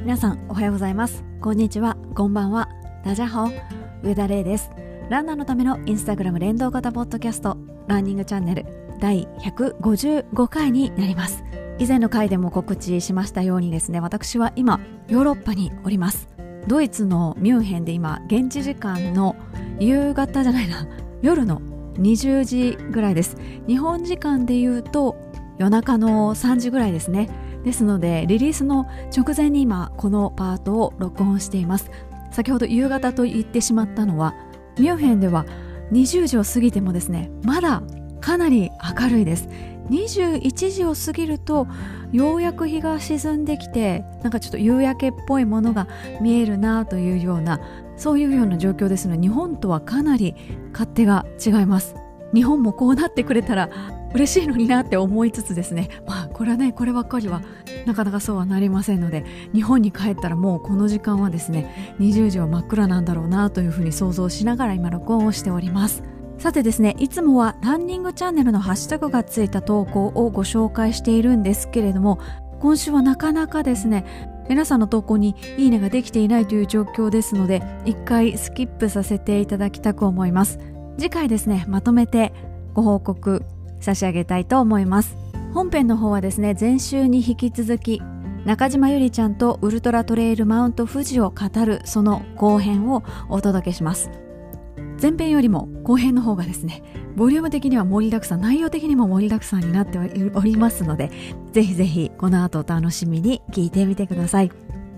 皆さんおはようございます。こんにちは、こんばんは。ダジャホ上田玲です。ランナーのためのインスタグラム連動型ポッドキャストランニングチャンネル第155回になります。以前の回でも告知しましたようにですね、私は今ヨーロッパにおります。ドイツのミュンヘンで今現地時間の夜の20時ぐらいです。日本時間で言うと夜中の3時ぐらいですね。ですのでリリースの直前に今このパートを録音しています。先ほど夕方と言ってしまったのは、ミュンヘンでは20時を過ぎてもですね、まだかなり明るいです。21時を過ぎるとようやく日が沈んできて、なんかちょっと夕焼けっぽいものが見えるなというような、そういうような状況ですので、日本とはかなり勝手が違います。日本もこうなってくれたら嬉しいのになって思いつつですね、これはね、こればっかりはなかなかそうはなりませんので、日本に帰ったらもうこの時間はですね、20時は真っ暗なんだろうなというふうに想像しながら今録音をしております。さてですね、いつもはランニングチャンネルのハッシュタグがついた投稿をご紹介しているんですけれども、今週はなかなかですね、皆さんの投稿にいいねができていないという状況ですので、一回スキップさせていただきたく思います。次回ですね、まとめてご報告差し上げたいと思います。本編の方はですね、前週に引き続き中島ゆりちゃんとウルトラトレイルマウント富士を語るその後編をお届けします。前編よりも後編の方がですね、ボリューム的には盛りだくさん、内容的にも盛りだくさんになっておりますので、ぜひぜひこの後お楽しみに聞いてみてください。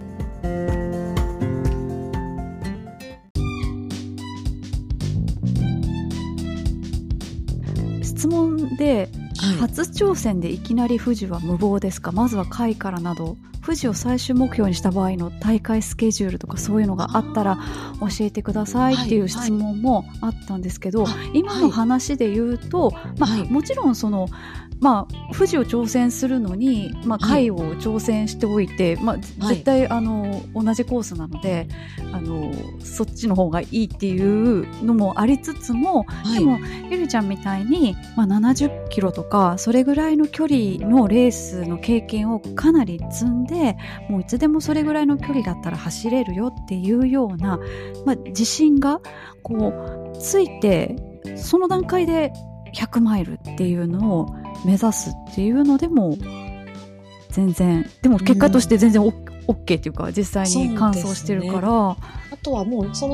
質問で、初挑戦でいきなり富士は無謀ですか、まずは下位からなど、富士を最終目標にした場合の大会スケジュールとかそういうのがあったら教えてくださいっていう質問もあったんですけど、今の話で言うと、もちろんその富士を挑戦するのに、下位を挑戦しておいて、絶対同じコースなのでそっちの方がいいっていうのもありつつも、でもゆりちゃんみたいに、70キロとかそれぐらいの距離のレースの経験をかなり積んで、もういつでもそれぐらいの距離だったら走れるよっていうような、自信がこうついて、その段階で100マイルっていうのを目指すっていうのでも全然、でも結果として全然 OK っていうか、実際に完走してるから、 あとはもうその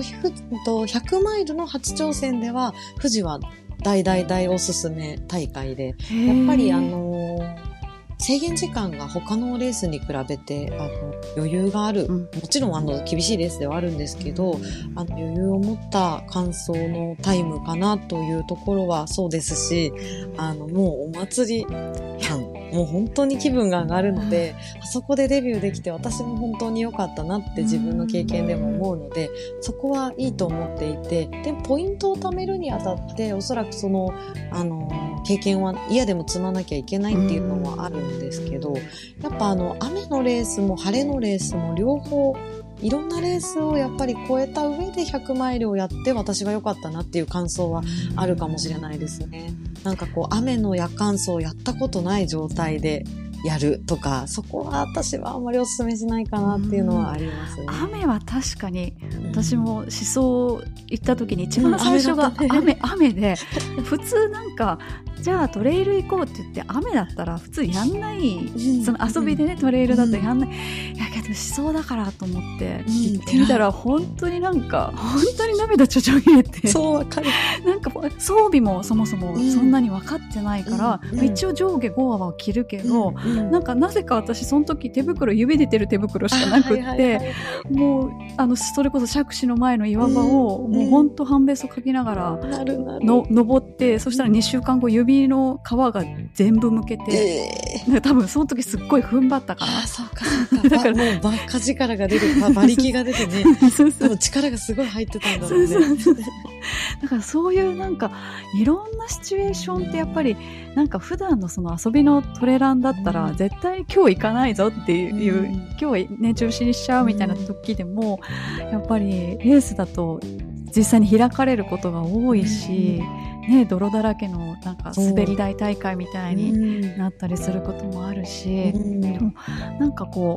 100マイルの初挑戦では富士は大おすすめ大会で、やっぱり制限時間が他のレースに比べて余裕がある、もちろん厳しいレースではあるんですけど、余裕を持った完走のタイムかなというところはそうですし、もうお祭りもう本当に気分が上がるので、あそこでデビューできて私も本当に良かったなって自分の経験でも思うので、そこはいいと思っていて、でポイントを貯めるにあたっておそらくその経験は嫌でも積まなきゃいけないっていうのはあるんですけど、やっぱ雨のレースも晴れのレースも両方いろんなレースをやっぱり超えた上で100マイルをやって私は良かったなっていう感想はあるかもしれないですね。なんか雨の夜間走をやったことない状態でやるとか、そこは私はあまりお勧めしないかなっていうのはありますね。 雨は確かに私も思想行った時に一番最初が雨で普通なんかじゃあトレイル行こうって言って雨だったら普通やんない、その遊びでねトレイルだとやんない、いやけど思想だからと思って行ってみたら本当になんか本当に涙ちょちょぎれて、 そうわかる。 なんか装備もそもそもそんなに分かってないから、一応上下5話は着るけど、なぜか私その時指出てる手袋しかなくって、もうそれこそ杓子の前の岩場をもうほんと半べそかきながら登って、そしたら2週間後指の皮が全部むけて、多分その時すっごい踏ん張ったから、 そうかだからもうバカ力が出る、馬力が出てねでも力がすごい入ってたんだろうね。 だからそういうなんかいろんなシチュエーションってやっぱりなんか普段のその遊びのトレランだったら絶対今日行かないぞっていう、今日はね中止にしちゃうみたいな時でも、やっぱりレースだと実際に開かれることが多いし、泥だらけのなんか滑り台大会みたいになったりすることもあるし、でもなんかこう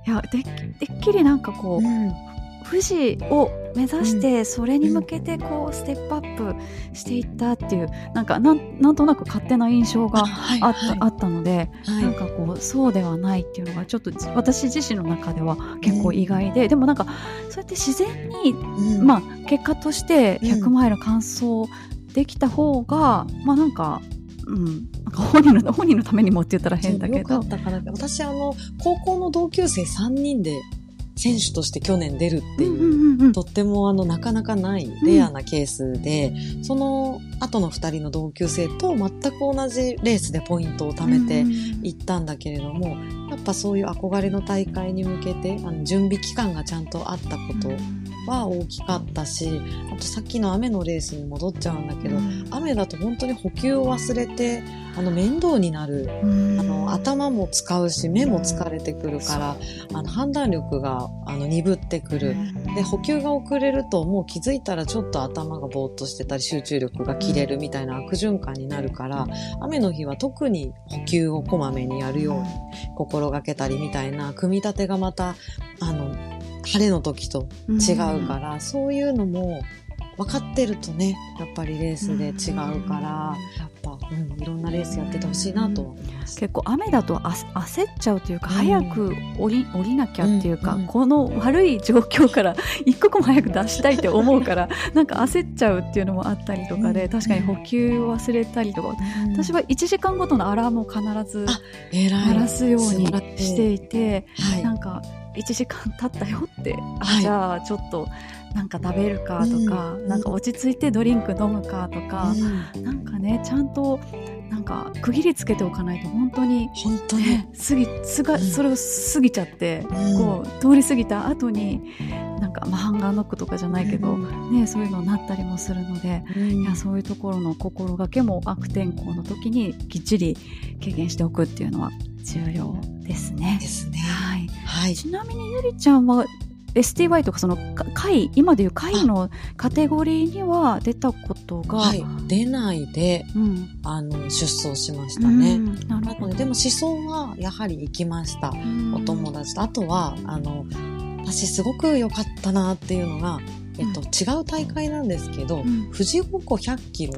いや、でっきりなんかこう、富士を目指してそれに向けてこうステップアップしていったっていうなんとなく勝手な印象があったので、なんかこうそうではないっていうのがちょっと私自身の中では結構意外で、でもなんかそうやって自然に、まあ結果として100マイル完走できた方が、まあなんかなんか本人のためにもって言ったら変だけど、 よかったかな。私高校の同級生3人で選手として去年出るっていう、とってもなかなかないレアなケースで、その後の2人の同級生と全く同じレースでポイントを貯めていったんだけれども、やっぱそういう憧れの大会に向けて準備期間がちゃんとあったことは大きかったし、あとさっきの雨のレースに戻っちゃうんだけど、雨だと本当に補給を忘れて面倒になる、頭も使うし目も疲れてくるから判断力が鈍ってくる。で補給が遅れるともう気づいたらちょっと頭がぼーっとしてたり集中力が切れるみたいな悪循環になるから、雨の日は特に補給をこまめにやるように心がけたりみたいな組み立てがまた晴れの時と違うから、そういうのも分かってるとね、やっぱりレースで違うから、やっぱ、いろんなレースやっててほしいなと思います。 結構雨だと焦っちゃうというか、早く降りなきゃっていうか、この悪い状況から一刻も早く出したいって思うからなんか焦っちゃうっていうのもあったりとかで、確かに補給を忘れたりとか、私は1時間ごとのアラームを必ず鳴らすようにしていて、なんか1時間経ったよって、じゃあちょっとなんか食べるかとか、なんか落ち着いてドリンク飲むかとか、なんかね、ちゃんとなんか区切りつけておかないと本当にそれを過ぎちゃって、こう通り過ぎた後になんか、ハンガーノックとかじゃないけど、そういうのになったりもするので、いや、そういうところの心がけも悪天候の時にきっちり経験しておくっていうのは重要ですね。はい。ちなみにゆりちゃんはSTY とかその今でいう会のカテゴリーには出たことが、 出ないで、出走しましたね。なるほど。でも思想はやはり行きました。お友達と。あとは私すごく良かったなっていうのが、違う大会なんですけど、富士五湖100キロ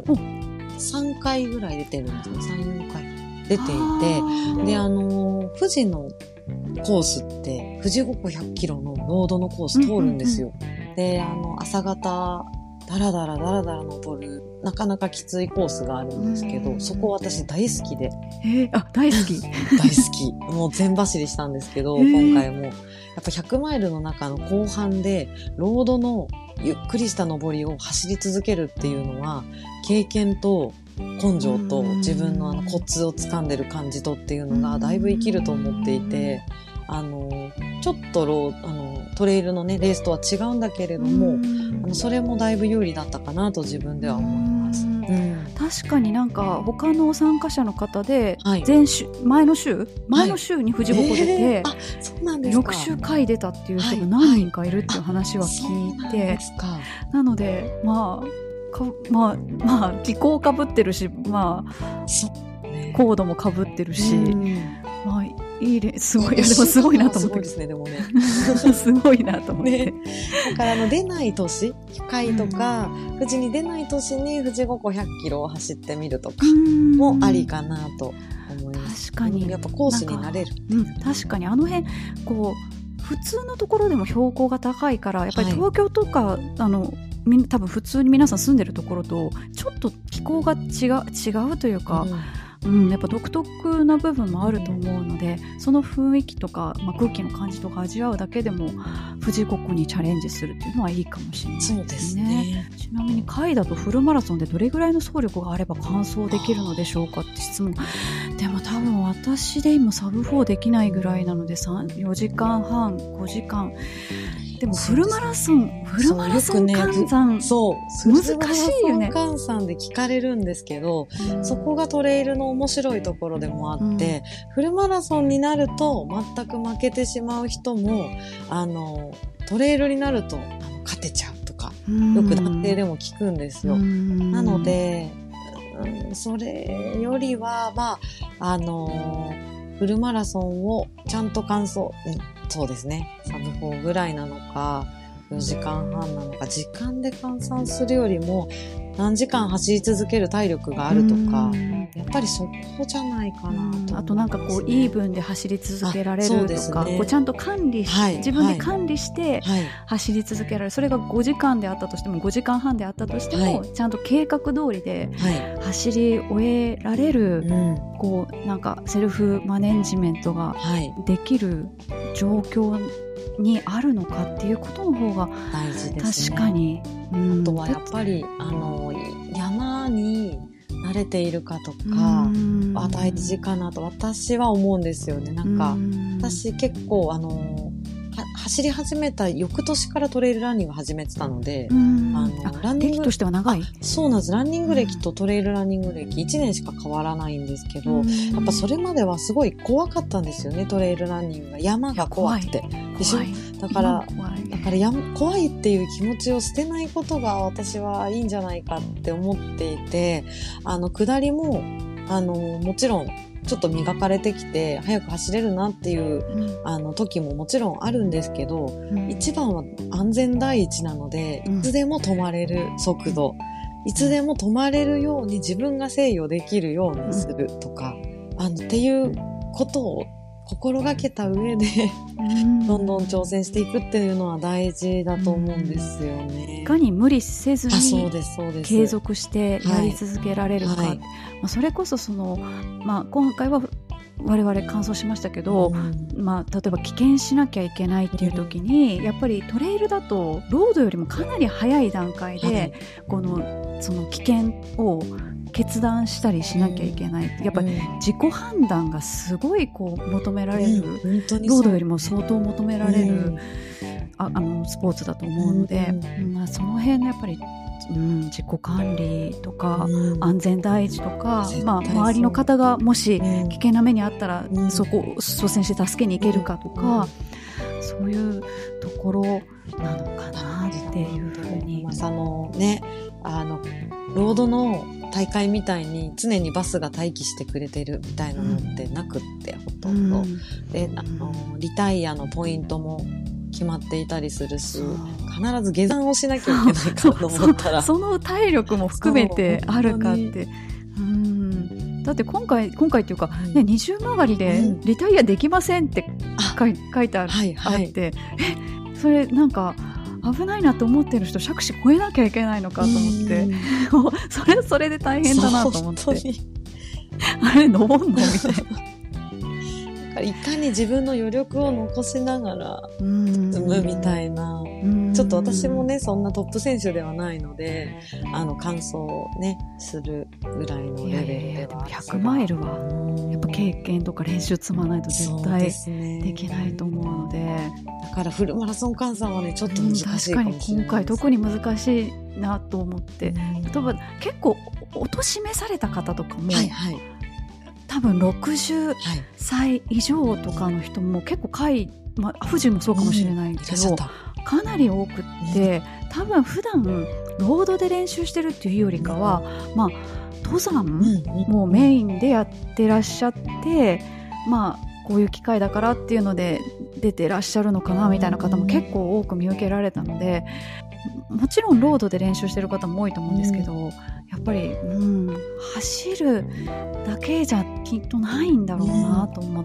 3回ぐらい出てるんですね。3、4回出ていて、で富士のコースって富士五湖100キロのロードのコース通るんですよ。で朝方だらだら登るなかなかきついコースがあるんですけど、そこ私大好きで、 大好き大好きもう全走りしたんですけど、今回もやっぱ100マイルの中の後半でロードのゆっくりした登りを走り続けるっていうのは、経験と根性と自分のコツを掴んでる感じとっていうのがだいぶ生きると思っていて、ちょっとトレイルのねレースとは違うんだけれども、それもだいぶ有利だったかなと自分では思います。 確かになんか他の参加者の方で、前の週に富士五湖出て、 そうなんですか。 翌週回出たっていう人が何人かいるっていう話は聞いて、なので気候かぶってるし、コードもかぶってるし、いいすごい、でもすごいなと思って。 すごいですね、でもね。 すごいなと思って。 だから出ない年、回とか、富士に出ない年に富士五湖100キロを走ってみるとかもありかなと思います。 確かに。 やっぱコースになれる。 確かにあの辺、こう、普通のところでも標高が高いから、やっぱり東京とか、多分普通に皆さん住んでるところとちょっと気候が違うというか、やっぱ独特な部分もあると思うので、その雰囲気とか、空気の感じとか味わうだけでも富士五湖にチャレンジするっていうのはいいかもしれないですね。 そうですね。 ちなみに会だとフルマラソンでどれぐらいの走力があれば完走できるのでしょうかって質問。でも多分私で今サブ4できないぐらいなので4時間半5時間でもフルマラソン換算、難しいよね。 換算で聞かれるんですけど、そこがトレイルの面白いところでもあって、フルマラソンになると全く負けてしまう人も、トレイルになると勝てちゃうとか、よく男性でも聞くんですよ。なので、それよりは、フルマラソンをちゃんと完走、 そうですね。サブ4ぐらいなのか、4時間半なのか、時間で換算するよりも、何時間走り続ける体力があるとか、やっぱりそこじゃないかなと思いますね。 あとなんかこうイーブンで走り続けられるとか、 ね、 こうちゃんと管理し、 はい、 自分で管理して走り続けられる、それが5時間であったとしても5時間半であったとしても、ちゃんと計画通りで走り終えられる、こうなんかセルフマネジメントができる状況にあるのかっていうことの方が大事ですね。 確かに、 あとはやっぱり山に慣れているかとかは大事かなと私は思うんですよね。なんか私結構走り始めた翌年からトレイルランニング始めてたので、 ランニング歴としては長い？ そうなんです。ランニング歴とトレイルランニング歴1年しか変わらないんですけど、やっぱそれまではすごい怖かったんですよね。トレイルランニングが山が怖くてでしょ。だから怖いっていう気持ちを捨てないことが私はいいんじゃないかって思っていて、下りももちろんちょっと磨かれてきて早く走れるなっていう、時ももちろんあるんですけど、一番は安全第一なので、いつでも止まれる速度、いつでも止まれるように自分が制御できるようにするとか、っていうことを心がけた上でどんどん挑戦していくっていうのは大事だと思うんですよね。 いかに無理せずに継続してやり続けられるか、それこそ今回は我々完走しましたけど、例えば棄権しなきゃいけないっていう時に、やっぱりトレイルだとロードよりもかなり早い段階で、その棄権を決断したりしなきゃいけない、やっぱり自己判断がすごいこう求められる、ロードよりも相当求められる、スポーツだと思うので、その辺のやっぱり自己管理とか、安全第一とか、周りの方がもし危険な目にあったら、そこを率先して助けに行けるかとか、そういうところなのかなっていうふうに。 ロードの大会みたいに常にバスが待機してくれてるみたいなのってなくって、ほとんど。で、リタイアのポイントも決まっていたりするし、必ず下山をしなきゃいけないかと思ったらその体力も含めてあるかって、だって今回っていうか、20曲がりでリタイアできませんって書いてあって、それなんか危ないなと思ってる人、杓子越えなきゃいけないのかと思って、それで大変だなと思って、あれ登んのみたいな。 いかに自分の余力を残しながら進むみたいな、ちょっと私もねそんなトップ選手ではないので、完走をねするぐらいのレベルでは、 100マイルはやっぱ経験とか練習積まないと絶対できないと思うので、 だからフルマラソン換算はねちょっと難しいかもしれないです。 確かに今回特に難しいなと思って、例えば結構お年めされた方とかも、多分60歳以上とかの人も結構富士もそうかもしれないけど、かなり多くって、多分普段ロードで練習してるっていうよりかは、登山もメインでやってらっしゃって、こういう機会だからっていうので出てらっしゃるのかなみたいな方も結構多く見受けられたので、もちろんロードで練習してる方も多いと思うんですけど、やっぱり、走るだけじゃきっとないんだろうなと思って、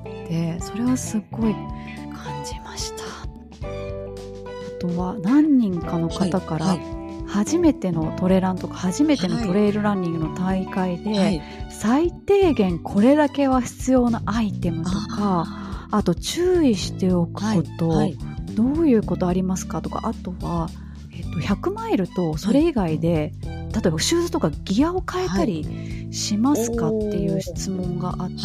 それはすごい感じました。あとは何人かの方から、初めてのトレランとか初めてのトレイルランニングの大会で、最低限これだけは必要なアイテムとか、あと注意しておくこと、どういうことありますかとか、あとは、100マイルとそれ以外で、例えばシューズとかギアを変えたりしますかっていう質問があって、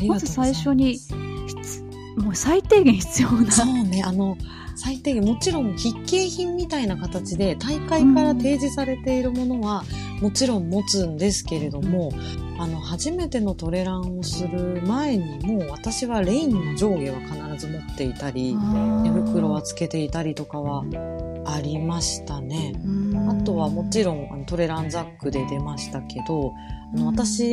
まず最初にもう最低限必要な、 そうね、最低限もちろん必携品みたいな形で大会から提示されているものはもちろん持つんですけれども、初めてのトレランをする前にもう私はレインの上下は必ず持っていたり、手袋はつけていたりとかはありましたね。 あとはもちろんトレランザックで出ましたけど、私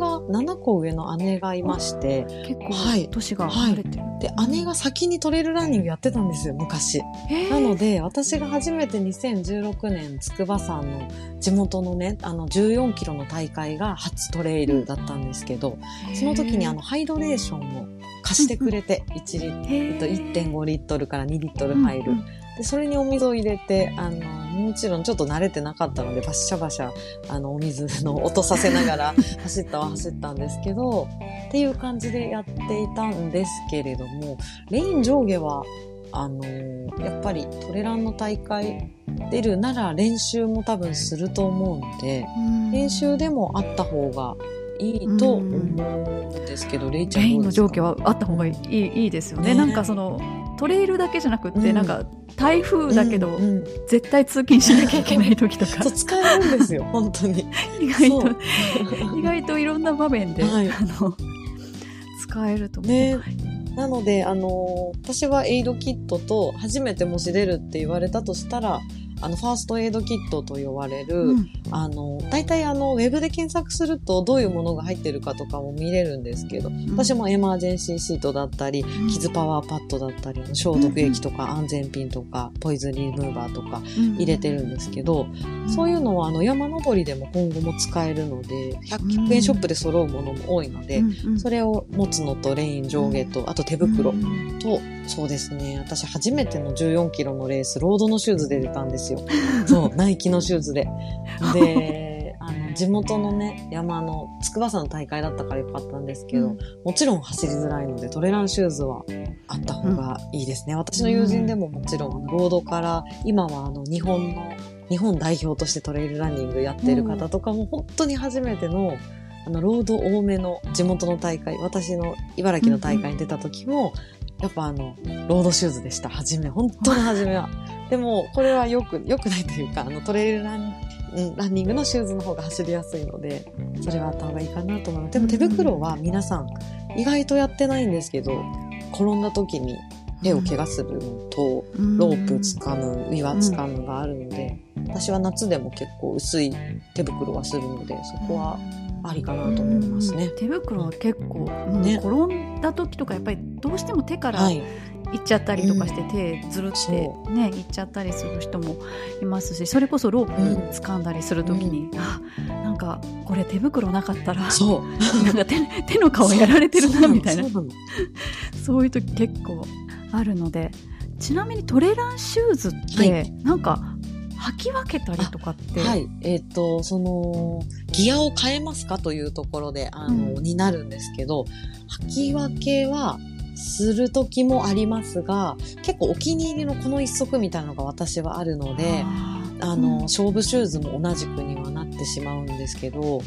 7個上の姉がいまして、 結構年が離れてる、 で姉が先にトレイルランニングやってたんですよ昔。なので私が初めて2016年筑波山の地元のね14キロの大会が初トレイルだったんですけど、その時にハイドレーションを貸してくれて、1.5 リットルから2リットル入る、でそれにお水を入れてもちろんちょっと慣れてなかったのでバッシャバシャお水の音させながら走ったんですけどっていう感じでやっていたんですけれども、レイン上下はやっぱりトレランの大会出るなら練習も多分すると思うので、練習でもあった方がいいと思うんですけど、レイちゃんどうですか？ レインの上下はあった方がいいですよね。なんかそのトレイルだけじゃなくって、なんか台風だけど、絶対通勤しなきゃいけない時とかそう使えるんですよ本当に意外といろんな場面で、使えると思う、 ね。なので私はエイドキットと初めてもし出るって言われたとしたらファーストエイドキットと呼ばれる、大体ウェブで検索するとどういうものが入ってるかとかも見れるんですけど、私もエマージェンシーシートだったり、キズパワーパッドだったり、消毒液とか安全ピンとか、ポイズンリムーバーとか入れてるんですけど、そういうのは山登りでも今後も使えるので、100円ショップで揃うものも多いので、それを持つのとレイン上下と、あと手袋と、そうですね。私初めての14キロのレース、ロードのシューズで出たんですよ。そう、ナイキのシューズで。で、地元のね、山の筑波山の大会だったからよかったんですけど、もちろん走りづらいので、トレランシューズはあった方がいいですね。私の友人でももちろん、ロードから、今は日本代表としてトレイルランニングやってる方とかも、本当に初めての、ロード多めの地元の大会、私の茨城の大会に出た時も、やっぱロードシューズでした。本当の初めは。でも、これは良くないというか、トレイルランニングのシューズの方が走りやすいので、それはあった方がいいかなと思います。でも手袋は皆さん、意外とやってないんですけど、転んだ時に手を怪我するのと、ロープ掴む、岩掴むがあるので、私は夏でも結構薄い手袋はするので、そこはありかなと思いますね。 手袋は結構、転んだ時とかやっぱりどうしても手からいっちゃったりとかして、手ずるってねいっちゃったりする人もいますし、それこそロープ掴んだりする時に、なんかこれ手袋なかったらなんか手の皮やられてるなみたいな、そういう時結構あるので。ちなみにトレランシューズってなんか履き分けたりとかって、 そのギアを変えますかというところでになるんですけど、履き分けはする時もありますが、結構お気に入りのこの一足みたいなのが私はあるので、勝負シューズも同じくにはなってしまうんですけど、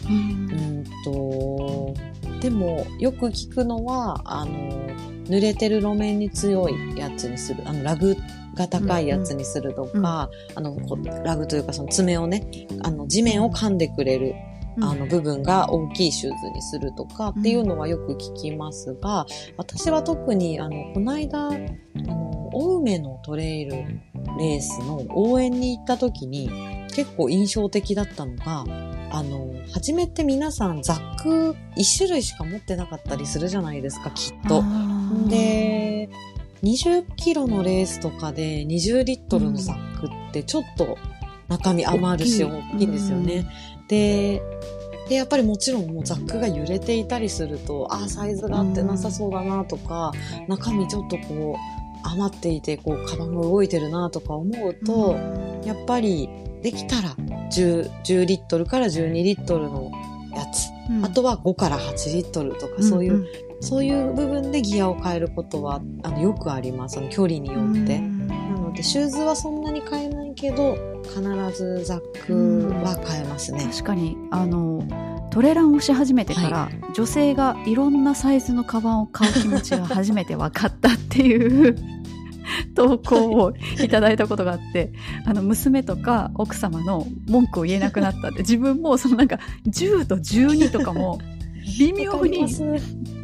でもよく聞くのは濡れてる路面に強いやつにする、ラグが高いやつにするとか、ラグというかその爪をね、地面を噛んでくれる部分が大きいシューズにするとかっていうのはよく聞きますが、私は特にこの間青梅のトレイルレースの応援に行った時に結構印象的だったのが、初めて皆さんザック1種類しか持ってなかったりするじゃないですか、きっと。で、20キロのレースとかで20リットルのザックってちょっと中身余るし大きいんですよね。で、やっぱりもちろんもうザックが揺れていたりすると、サイズが合ってなさそうだなとか、中身ちょっとこう余っていて、こうカバンが動いてるなとか思うと、やっぱりできたら10リットルから12リットルのやつ、あとは5から8リットルとか、そういう部分でギアを変えることはよくあります。距離によって。なのでシューズはそんなに変えないけど、必ずザックは変えますね。 確かにトレランをし始めてから、女性がいろんなサイズのカバンを買う気持ちが初めて分かったっていう投稿をいただいたことがあって、娘とか奥様の文句を言えなくなったって、自分もそのなんか10と12とかも微妙に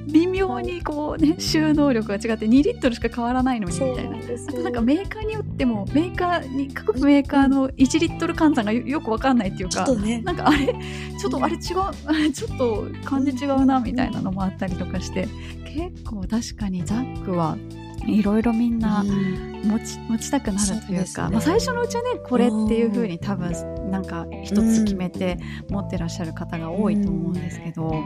微妙にこうね収納力が違って2リットルしか変わらないのにみたいな。あとなんかメーカーによっても各メーカーの1リットル換算がよくわかんないっていうか、 ちょっとね、 なんかあれ違うちょっと感じ違うなみたいなのもあったりとかして、結構確かにザックはいろいろみんな持ちたくなるというか、最初のうちはねこれっていう風に多分なんか一つ決めて持ってらっしゃる方が多いと思うんですけど、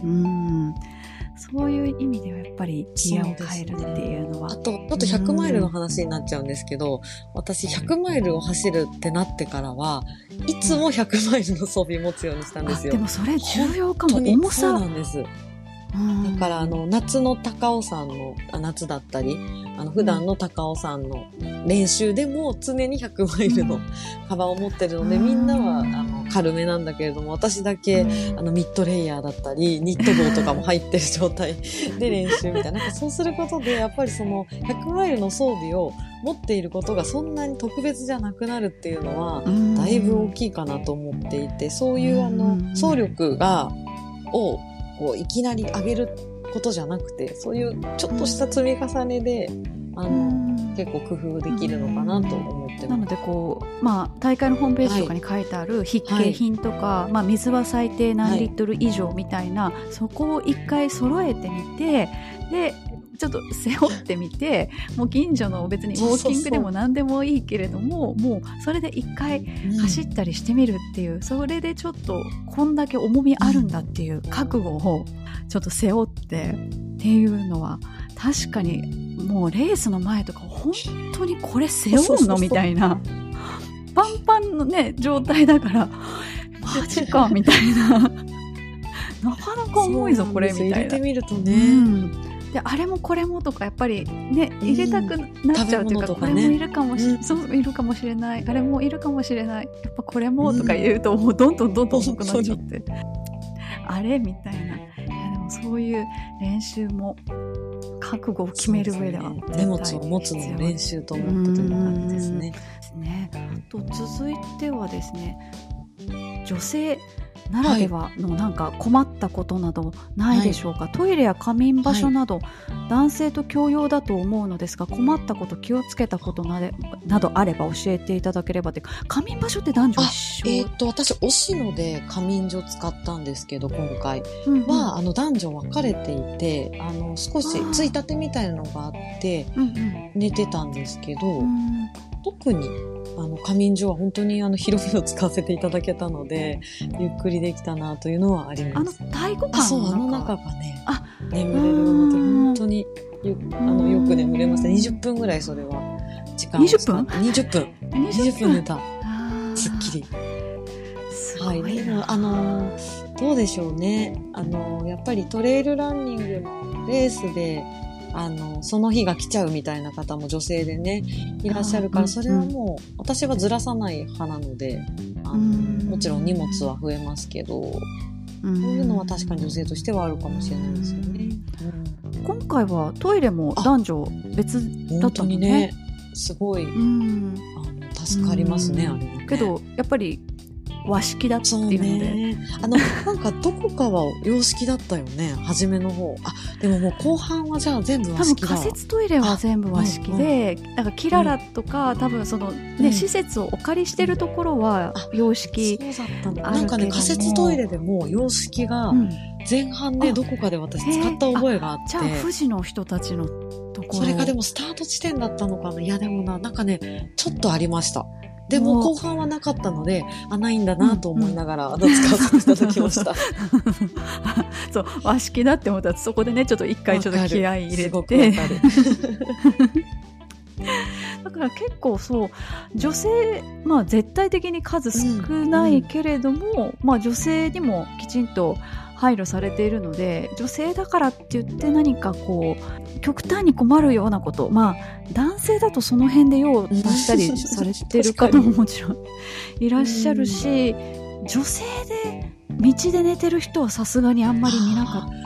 そういう意味ではやっぱりギアを変えるっていうのは、 あとちょっと100マイルの話になっちゃうんですけど、私100マイルを走るってなってからはいつも100マイルの装備持つようにしたんですよ。 でもそれ重要かも。重さ。 そうなんです。だから夏の高尾山の夏だったり普段の高尾山の練習でも常に100マイルのカバンを持ってるので、みんなは軽めなんだけれども、私だけミッドレイヤーだったりニット帽とかも入ってる状態で練習みたいな。なんかそうすることでやっぱりその100マイルの装備を持っていることがそんなに特別じゃなくなるっていうのはだいぶ大きいかなと思っていて、そういう走力をこういきなり上げることじゃなくて、そういうちょっとした積み重ねで結構工夫できるのかなと思ってます。 なのでこう、大会のホームページとかに書いてある筆記品とか、水は最低何リットル以上みたいな、そこを一回揃えてみて、でちょっと背負ってみて、もう近所の別にウォーキングでも何でもいいけれども、もうそれで一回走ったりしてみるっていう、それでちょっとこんだけ重みあるんだっていう覚悟をちょっと背負ってっていうのは、確かにもうレースの前とか本当にこれ背負うのみたいなパンパンのね状態だからマジかみたいななかなか重いぞこれみたいな。 入れてみるとね、 であれもこれもとかやっぱりね入れたくなっちゃうというか、これもいるかもしれない、そういるかもしれない、あれもいるかもしれない、やっぱこれもとか言うともうどんどん重くなっちゃって、あれみたいな。いやでもそういう練習も覚悟を決める上では絶対荷物を持つのを練習と思ってという感じですね。 あと続いてはですね、女性ならではのなんか困ったことなどないでしょうか。トイレや仮眠場所など、男性と共用だと思うのですが、困ったこと気をつけたことなどあれば教えていただければ。で仮眠場所って男女一緒？ 私忍野で仮眠所使ったんですけど、今回は、男女分かれていて少しついたてみたいなのがあって、寝てたんですけど、特に仮眠所は本当に広々使わせていただけたので、ゆっくりできたなというのはあります。 太鼓館の中がね眠れるので本当によく眠れました。20分ぐらいそれは時間を使って20分寝た。すっきり。でもどうでしょうね。やっぱりトレイルランニングのレースでその日が来ちゃうみたいな方も女性でねいらっしゃるから、それはもう私はずらさない派なので、もちろん荷物は増えますけど、そういうのは確かに女性としてはあるかもしれないですよね。 今回はトイレも男女別だったのね。 本当にね、すごい助かりますね、あれね。 けどやっぱり和式だっていうので、 なんかどこかは洋式だったよね、初めの方。でももう後半はじゃあ全部和式だ。 多分仮設トイレは全部和式で、なんかキララとか、多分そのね、施設をお借りしてるところは洋式。 そうだったんだ。なんかね、仮設トイレでも洋式が前半ね、どこかで私使った覚えがあって。 じゃあ富士の人たちのところ。 それがでもスタート地点だったのかな。いやでもなんかね、ちょっとありました。でも後半はなかったので、ないんだなと思いながら、使わせていただきました。 そう、和式だって思ったら、そこでね、ちょっと一回ちょっと気合い入れて。すごくわかる。だから結構そう、女性、絶対的に数少ないけれども、女性にもきちんと配慮されているので、女性だからって言って何かこう極端に困るようなこと、男性だとその辺で用を出したりされてる方ももちろんいらっしゃるし、女性で道で寝てる人はさすがにあんまり見なかった。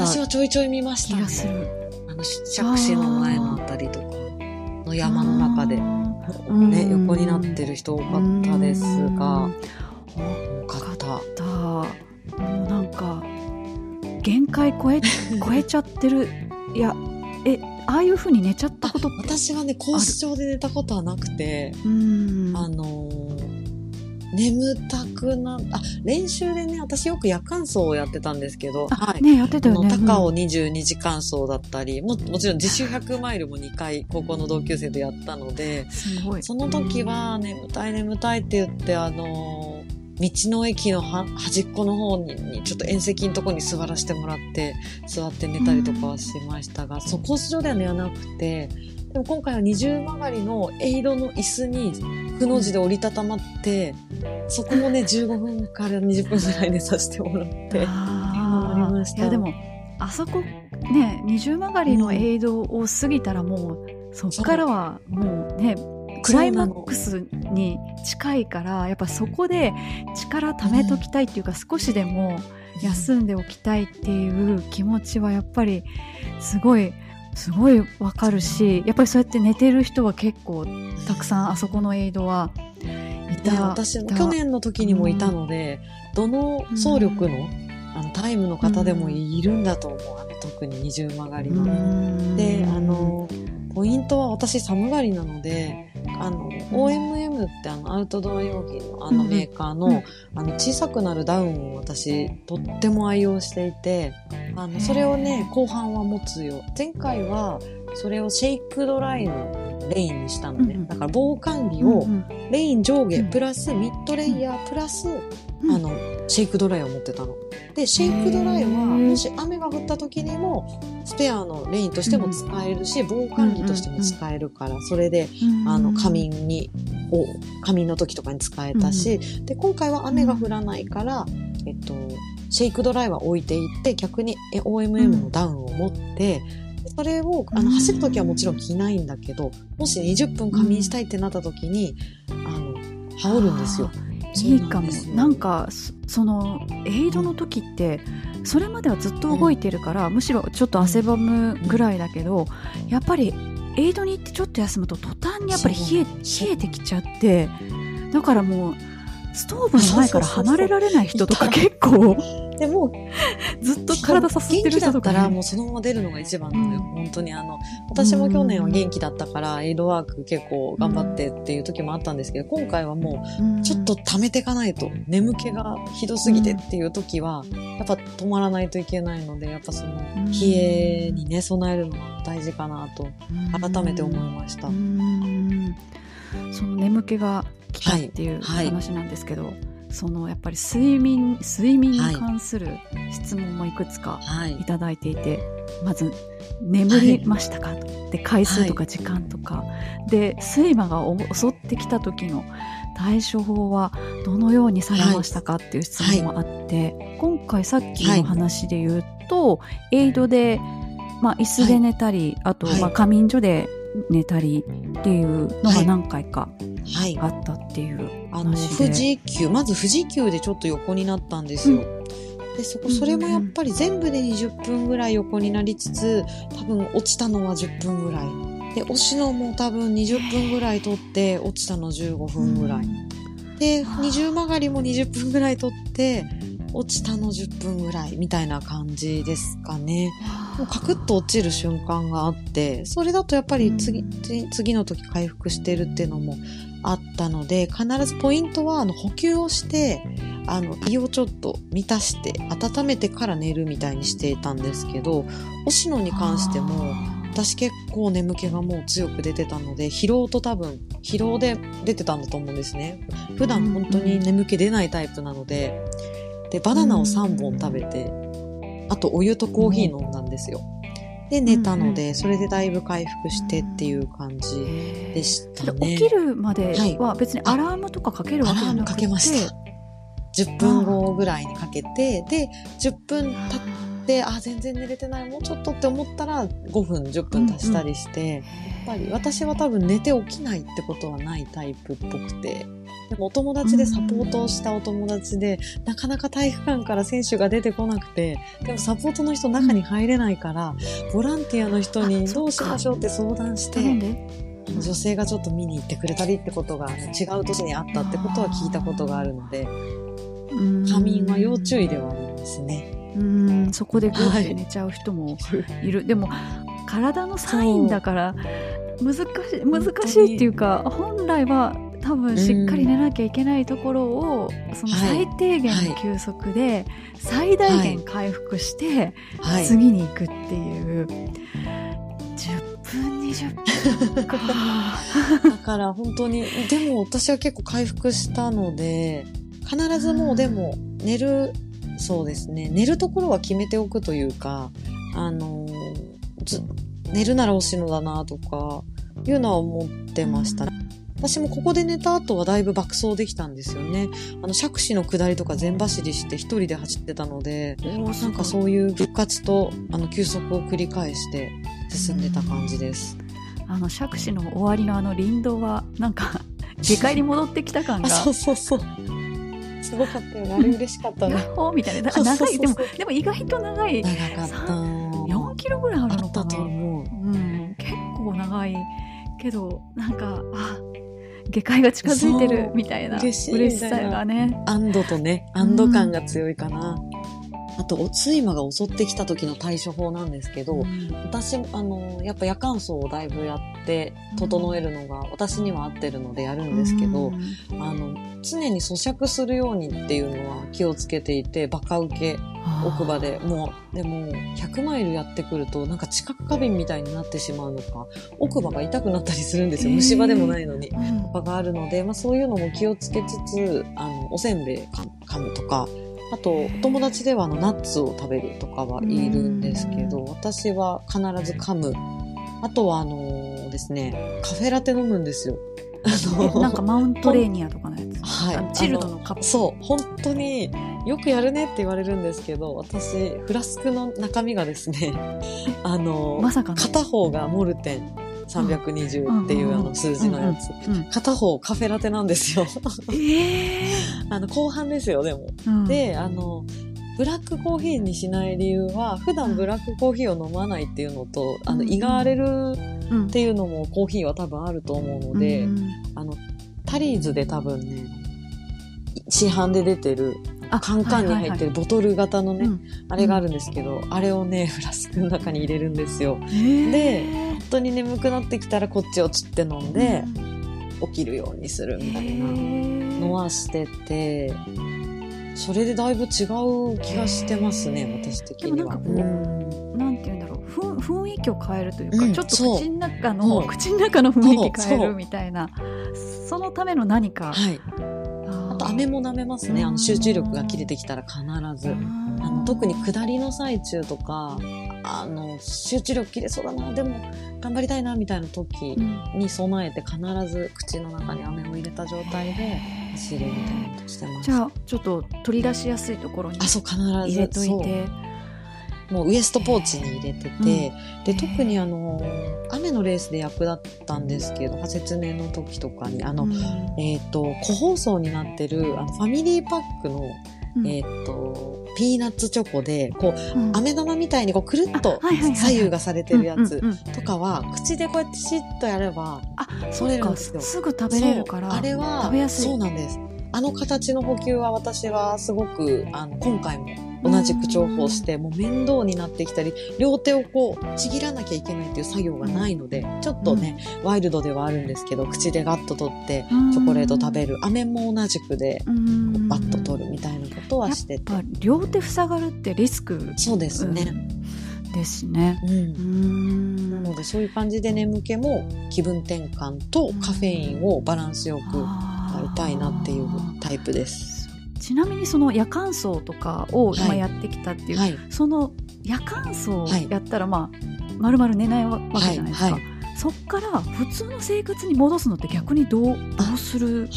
私はちょいちょい見ましたね。 気がする。 杓子の前のあたりとかの山の中で、ね、横になってる人多かったですが、多かった。 もうなんか限界超えちゃってる。いや、ああいう風に寝ちゃったことって。 私はね、高視聴で寝たことはなくて、眠たく練習でね、私よく夜間走をやってたんですけど、はい。 ね、やってたよね。 高尾22時間走だったり、もちろん自主100マイルも2回高校の同級生とやったので、 すごい。 その時は眠たいって言って、道の駅の端っこの方にちょっと縁石のところに座らせてもらって、座って寝たりとかはしましたが、コース上では寝はなくて、でも今回は二重曲がりのエイドの椅子にくの字で折りたたまって、そこもね、15分から20分ぐらい寝させてもらって、ありました。 いやでも、あそこね、二重曲がりのエイドを過ぎたらもう、そこからはもうね、クライマックスに近いから、やっぱそこで力貯めときたいっていうか、少しでも休んでおきたいっていう気持ちはやっぱりすごいわかるし、やっぱりそうやって寝てる人は結構たくさんあそこのエイドはいた。 私も去年の時にもいたので、どの走力のタイムの方でもいるんだと思う。特に二重曲がりの。で、ポイントは私寒がりなので、OMM ってアウトドア用品のメーカーの、小さくなるダウンを私とっても愛用していて、それをね、後半は持つよ。前回はそれをシェイクドライのレインにしたのね。だから防寒着をレイン上下プラスミッドレイヤープラス、シェイクドライを持ってたの。で、シェイクドライはもし雨が降った時にもスペアのレインとしても使えるし、防寒着としても使えるから、それで仮眠の時とかに使えたし、で、今回は雨が降らないから、シェイクドライは置いていって、逆に OMM のダウンを持って、それを走る時はもちろん着ないんだけど、もし20分仮眠したいってなった時に羽織るんですよ。 いいかも。なんかそのエイドの時ってそれまではずっと動いてるから、むしろちょっと汗ばむぐらいだけど、やっぱりエイドに行ってちょっと休むと途端にやっぱり冷えてきちゃって、だからもうストーブの前から離れられない人とか結構でもずっと体さすってる人とか、ね、 元気だったらもうそのまま出るのが一番なのよ、本当に私も去年は元気だったからエイドワーク結構頑張ってっていう時もあったんですけど、今回はもうちょっと溜めていかないと、眠気がひどすぎてっていう時はやっぱ止まらないといけないので、やっぱその冷えにね備えるのが大事かなと改めて思いました。 その眠気が来たっていう話なんですけど、そのやっぱり睡眠に関する質問もいくつかいただいていて、まず眠りましたか、で回数とか時間とか、で睡魔が襲ってきた時の対処法はどのようにされましたかっていう質問もあって、今回さっきの話で言うと、エイドで、椅子で寝たり、あと、仮眠所で寝たりっていうのが何回かあったっていう話で、 まず富士急でちょっと横になったんですよ。でそれもやっぱり全部で20分ぐらい横になりつつ、多分落ちたのは10分ぐらいで、押しのも多分20分ぐらい取って落ちたの15分ぐらいで、二重曲がりも20分ぐらい取って落ちたの10分ぐらいみたいな感じですかね。もうカクッと落ちる瞬間があって、それだとやっぱり次の時回復してるっていうのもあったので、必ずポイントは補給をして胃をちょっと満たして温めてから寝るみたいにしていたんですけど、星野に関しても私結構眠気がもう強く出てたので、疲労で出てたんだと思うんですね。普段本当に眠気出ないタイプなので、バナナを3本食べて、あとお湯とコーヒー飲んだんですよ。で寝たので、それでだいぶ回復してっていう感じでしたね。 起きるまでは別にアラームとかかけるわけじゃなくて、 アラームかけました。10分後ぐらいにかけて、で10分経って全然寝れてない、もうちょっとって思ったら5分10分足したりして、やっぱり私は多分寝て起きないってことはないタイプっぽくて、でもお友達でサポートをしたお友達で、なかなか体育館から選手が出てこなくて、でもサポートの人中に入れないから、ボランティアの人にどうしましょうって相談して、女性がちょっと見に行ってくれたりってことが違う年にあったってことは聞いたことがあるので、仮眠は要注意ではありますね。 そこでグーって寝ちゃう人もいる、でも体のサインだから難しいっていうか、本来は多分しっかり寝なきゃいけないところを、その最低限の休息で最大限回復して次に行くっていう、10分20分かだから本当に、でも私は結構回復したので、必ずもうでもそうですね、寝るところは決めておくというか、寝るならおしのだなとかいうのは思ってました。私もここで寝た後はだいぶ爆走できたんですよね。杓子の下りとか全走りして一人で走ってたので、なんかそういう復活と休息を繰り返して進んでた感じです。 杓子の終わりの林道はなんか下界に戻ってきた感がそうすごかったよね。あれ嬉しかったね。 ヤッホーみたいな。長い、でも意外と長い。 長かった。 4キロぐらいあるのかな。 と思う。 結構長いけど、なんか下界が近づいてるみたいな嬉しさがね。 安堵感が強いかな。あと、睡魔が襲ってきた時の対処法なんですけど、私、やっぱ夜間走をだいぶやって整えるのが私には合ってるのでやるんですけど、常に咀嚼するようにっていうのは気をつけていて、バカ受け奥歯ででも100マイルやってくるとなんか知覚過敏みたいになってしまうのか、奥歯が痛くなったりするんですよ。虫歯でもないのに。歯があるので、そういうのも気をつけつつ、おせんべい噛むとか、あと、お友達ではナッツを食べるとかはいるんですけど、私は必ず噛む。あとはですね、カフェラテ飲むんですよ。 なんかマウントレーニアとかのやつ。 はい。 チルドのカップ。 そう、本当によくやるねって言われるんですけど、私、フラスクの中身がですね、 まさかの片方がモルテン320っていう数字のやつ。片方カフェラテなんですよ。後半ですよ、でも。で、ブラックコーヒーにしない理由は、普段ブラックコーヒーを飲まないっていうのと、胃が荒れるっていうのもコーヒーは多分あると思うので、タリーズで多分ね、市販で出てる、カンカンに入ってるボトル型のね、あれがあるんですけど、あれをね、フラスクの中に入れるんですよ。で、本当に眠くなってきたらこっちをつって飲んで、起きるようにするみたいなのはしてて、それでだいぶ違う気がしてますね、私的には。 でもなんかこう、なんて言うんだろう、雰囲気を変えるというか、ちょっと口の中の雰囲気変えるみたいな、そのための何か。あと、飴も舐めますね。集中力が切れてきたら必ず。特に下りの最中とか、集中力切れそうだな、でも頑張りたいな、みたいな時に備えて必ず口の中に飴を入れた状態で走るみたいなことしてます。 じゃあ、ちょっと取り出しやすいところに入れといて。 もうウエストポーチに入れてて、で、特に雨のレースで役立ったんですけど、説明の時とかに、個包装になってる、ファミリーパックの、ピーナッツチョコで、こう、飴玉みたいにこう、くるっと左右がされてるやつとかは、口でこうやってシッとやれば、 取れるんですよ。すぐ食べれるから、あれは食べやすい。 そうなんです。形の補給は私はすごく、今回も同じく重宝して、もう面倒になってきたり、両手をこう、ちぎらなきゃいけないっていう作業がないので、ちょっとね、ワイルドではあるんですけど、口でガッと取って、チョコレート食べる。飴も同じくで、バッと取るみたいなことはしてて。 やっぱ両手塞がるってリスク。 そうですね。 ですね。 なので、そういう感じで眠気も気分転換とカフェインをバランスよくやりたいなっていうタイプです。 ちなみにその夜間走とかを今やってきたっていう、その夜間走をやったらまるまる寝ないわけじゃないですか。そっから普通の生活に戻すのって逆にどうする？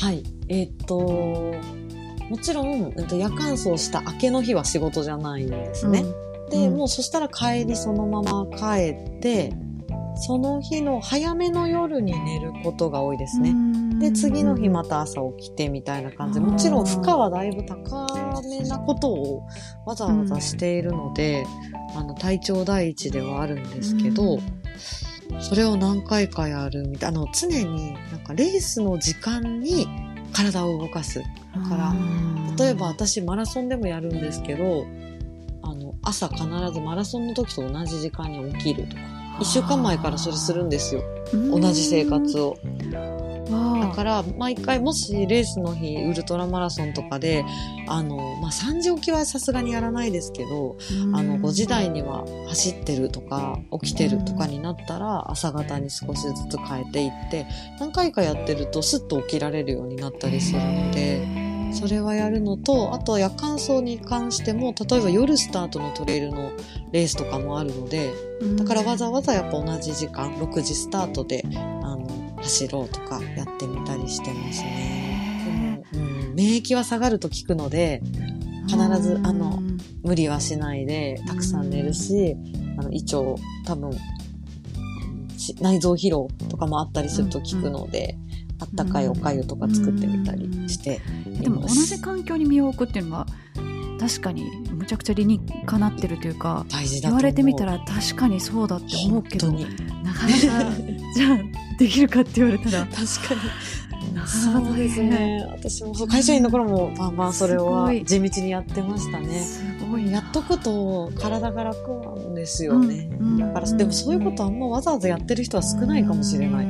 もちろん、夜間走した明けの日は仕事じゃないんですね。で、もうそしたら帰りそのまま帰って、その日の早めの夜に寝ることが多いですね。で、次の日また朝起きてみたいな感じで、もちろん負荷はだいぶ高めなことをわざわざしているので、体調第一ではあるんですけど、それを何回かやるみたいな、常になんかレースの時間に体を動かす。だから、例えば私マラソンでもやるんですけど、 朝必ずマラソンの時と同じ時間に起きるとか、1週間前からそれするんですよ。同じ生活を。だから毎回もしレースの日ウルトラマラソンとかで3時起きはさすがにやらないですけど、5時台には走ってるとか起きてるとかになったら朝方に少しずつ変えていって何回かやってるとスッと起きられるようになったりするので、それはやるのと、あと夜間走に関しても例えば夜スタートのトレイルのレースとかもあるので、だからわざわざやっぱ同じ時間6時スタートで走ろうとかやってみたりしてますね。でも、免疫は下がると聞くので必ず無理はしないでたくさん寝るし、胃腸多分内臓疲労とかもあったりすると聞くので、あったかいおかゆとか作ってみたりしています。 でも同じ環境に身を置くっていうのは確かにむちゃくちゃ理にかなってるというか、 大事だと思う。 言われてみたら確かにそうだって思うけど、なかなかじゃあできるかって言われたら確かになかなかそうですね。私も会社員の頃もそれは地道にやってましたね。 すごいやっとくと体が楽なんですよね。だからでもそういうことあんまわざわざやってる人は少ないかもしれない。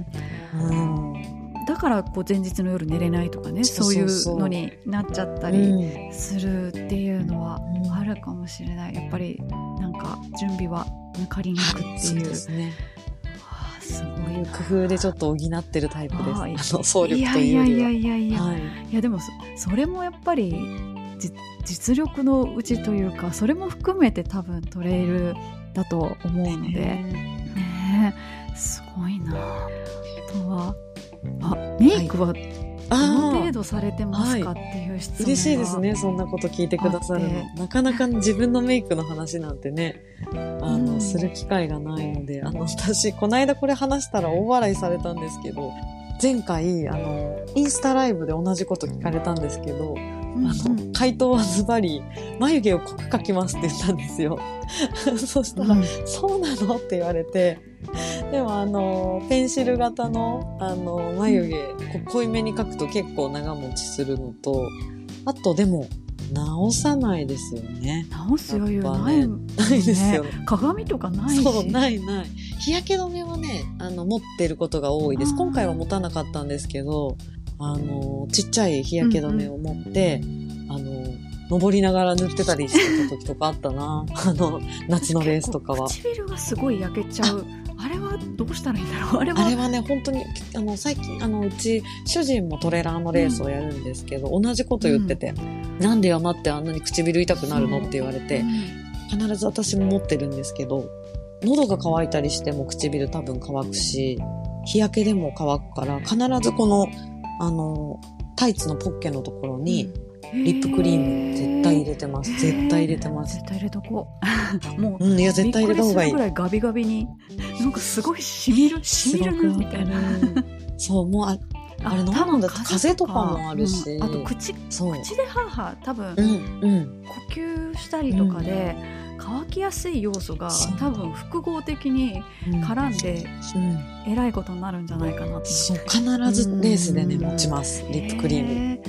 だから前日の夜寝れないとかね、そういうのになっちゃったりするっていうのはあるかもしれない。やっぱりなんか準備は抜かりなくっていう。 そうですね。 すごい工夫でちょっと補ってるタイプです。総力というよりは。 いやでもそれもやっぱり実力のうちというか、それも含めて多分トレイルだと思うので、ね、すごいな。あとはメイクはどの程度されてますかっていう質問が、 嬉しいですね、そんなこと聞いてくださるの。なかなか自分のメイクの話なんてね、する機会がないので、私この間これ話したら大笑いされたんですけど、前回インスタライブで同じこと聞かれたんですけど、回答はズバリ眉毛を濃く描きますって言ったんですよ。そしたら、そうなのって言われて、でもペンシル型の眉毛濃いめに描くと結構長持ちするのと、あとでも直さないですよね。 直す余裕ないもんね。 ないですよ。 鏡とかないし。 そう、ない。日焼け止めはね、持ってることが多いです。今回は持たなかったんですけど、ちっちゃい日焼け止めを持って、登りながら塗ってたりしてた時とかあったな。夏のレースとかは。 唇がすごい焼けちゃう。あれはどうしたらいいんだろう。あれはね、本当に、最近、うち、主人もトレーラーのレースをやるんですけど、同じこと言ってて、なんで山ってあんなに唇痛くなるのって言われて、必ず私も持ってるんですけど、喉が渇いたりしても唇多分乾くし、日焼けでも乾くから、必ずこの、タイツのポッケのところに、リップクリーム絶対入れてます。絶対入れてます。 絶対入れとこう。もう、 いや、絶対入れた方がいい。 びっくりするぐらいガビガビに、なんかすごい染みるみたいな。 そう、もうあれ飲むんだって風邪とかもあるし。 あと口で多分、呼吸したりとかで、乾きやすい要素が多分複合的に絡んで、えらいことになるんじゃないかなって。 そう、必ずレースでね、持ちます。リップクリーム。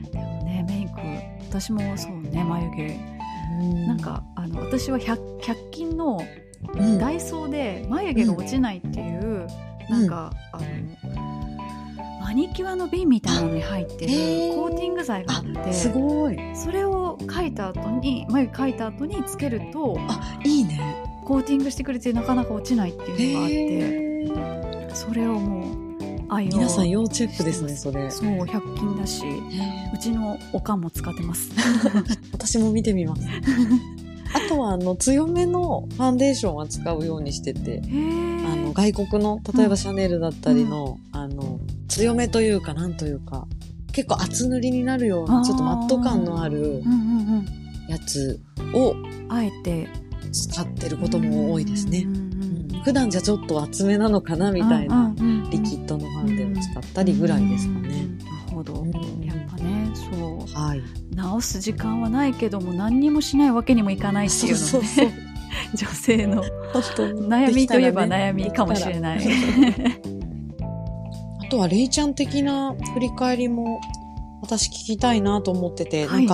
私もそうね、眉毛なんか私は100均のダイソーで眉毛が落ちないっていう、なんかマニキュアの瓶みたいなのに入ってるコーティング剤があって、 すごい。 それを眉毛描いた後につけると、 いいね、 コーティングしてくれてなかなか落ちないっていうのがあって、それをもう皆さん要チェックですね、それ。 そう、100均だし、うちのおかんも使ってます私も見てみますあとは強めのファンデーションは使うようにしてて、外国の例えばシャネルだったりの、強めというかなんというか結構厚塗りになるようなちょっとマット感のあるやつをあえて使ってることも多いですね。普段じゃちょっと厚めなのかなみたいなリキッドのファンデを使ったりぐらいですかね。 なるほど。やっぱね、そう、直す時間はないけども何にもしないわけにもいかないっていうのね、女性の悩みといえば悩みかもしれない。 あとはレイちゃん的な振り返りも私聞きたいなと思ってて、なんか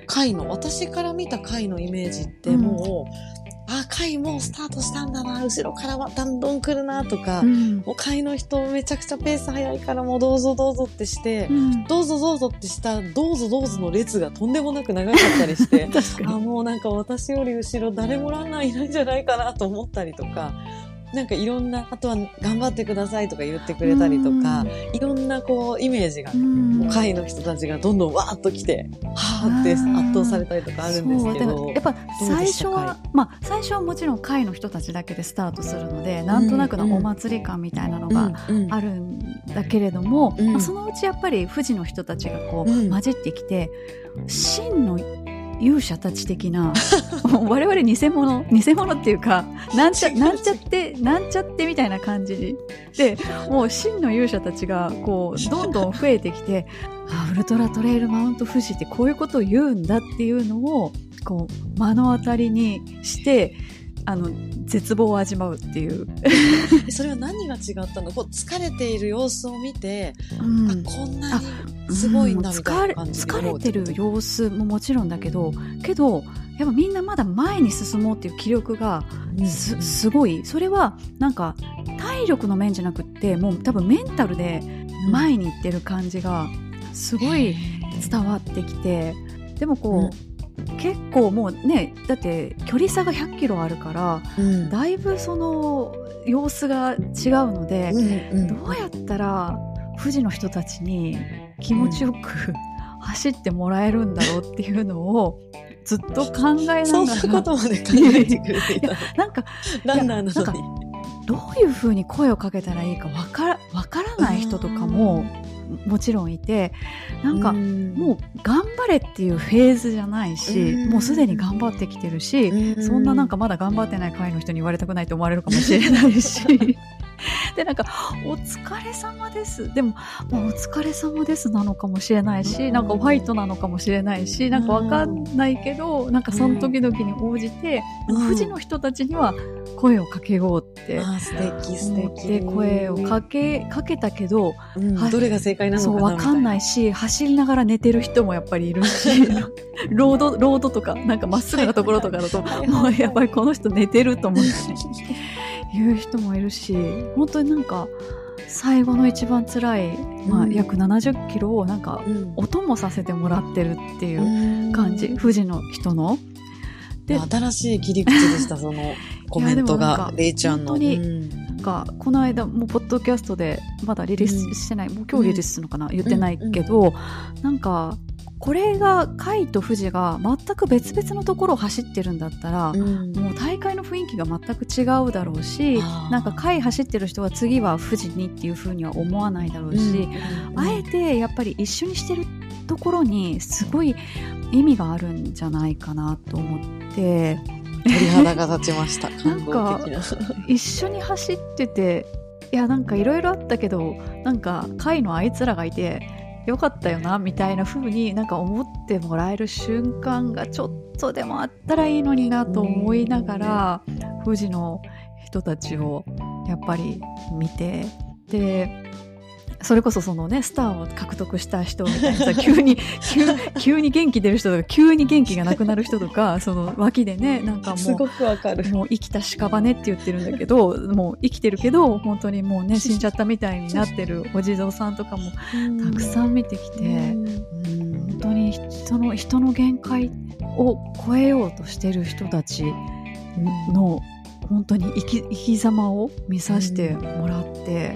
私から見た回のイメージってもう、回もうスタートしたんだな、後ろからはどんどん来るなとか、もう回の人めちゃくちゃペース早いからもうどうぞどうぞってして、どうぞどうぞってしたどうぞどうぞの列がとんでもなく長かったりしてもうなんか私より後ろ誰もランナーいないんじゃないかなと思ったりとか、なんかいろんな、あとは頑張ってくださいとか言ってくれたりとか、いろんなこうイメージが、ね、会の人たちがどんどんわーっと来て、はーって圧倒されたりとかあるんですけど。 やっぱ最初はもちろん会の人たちだけでスタートするので、なんとなくのお祭り感みたいなのがあるんだけれども、そのうちやっぱり富士の人たちがこう混じってきて、真の勇者たち的な我々偽物っていうかなんちゃってみたいな感じで、もう真の勇者たちがこうどんどん増えてきてウルトラトレイルマウント富士ってこういうことを言うんだっていうのをこう目の当たりにして絶望を味わうっていうそれは何が違ったの？こう疲れている様子を見て、こんなにすごいんだみたいな感じで疲れてる様子ももちろんだけどやっぱみんなまだ前に進もうっていう気力がすごい。それはなんか体力の面じゃなくってもう多分メンタルで前に行ってる感じがすごい伝わってきて、でもこう、結構もうね、だって距離差が100キロあるから、だいぶその様子が違うので、どうやったら富士の人たちに気持ちよく走ってもらえるんだろうっていうのをずっと考えながらそんなことまで考えてくれていたなんかランナーなのにどういう風に声をかけたらいいかわからない人とかももちろんいて、なんかもう頑張れっていうフェーズじゃないし、もうすでに頑張ってきてるし、そんななんかまだ頑張ってない会の人に言われたくないと思われるかもしれないしでなんかお疲れ様ですでも、お疲れ様ですなのかもしれないし、なんかファイトなのかもしれないし、なんかわかんないけど、なんかその時々に応じて、富士の人たちには声をかけようって素敵で声をかけたけど、 どれが正解なのかなみたいな、 わかんないし、走りながら寝てる人もやっぱりいるしロードとかなんかまっすぐなところとかだともうやっぱりこの人寝てると思っていう人もいるし、本当になんか最後の一番辛い、約70キロをなんかお供させてもらってるっていう感じ、富士の人ので新しい切り口でしたそのコメントがレイちゃんの。 なんかこの間もうポッドキャストでまだリリースしてない、もう今日リリースするのかな、言ってないけど、なんかこれが甲斐と富士が全く別々のところを走ってるんだったら、もう大会の雰囲気が全く違うだろうし、なんか甲斐走ってる人は次は富士にっていう風には思わないだろうし、あえてやっぱり一緒にしてるところにすごい意味があるんじゃないかなと思って鳥肌が立ちましたなんか一緒に走ってて、いやなんかいろいろあったけど、なんか甲斐のあいつらがいてよかったよなみたいな風になんか思ってもらえる瞬間がちょっとでもあったらいいのになと思いながら、富士の人たちをやっぱり見て、でそれこそそのねスターを獲得した人みたいなさ急に元気出る人とか急に元気がなくなる人とか、その脇でねなんかもうすごくわかる、 もう生きた屍って言ってるんだけどもう生きてるけど本当にもうね死んじゃったみたいになってるお地蔵さんとかもたくさん見てきて、本当に人の限界を超えようとしてる人たちの本当に生き様を見させてもらって、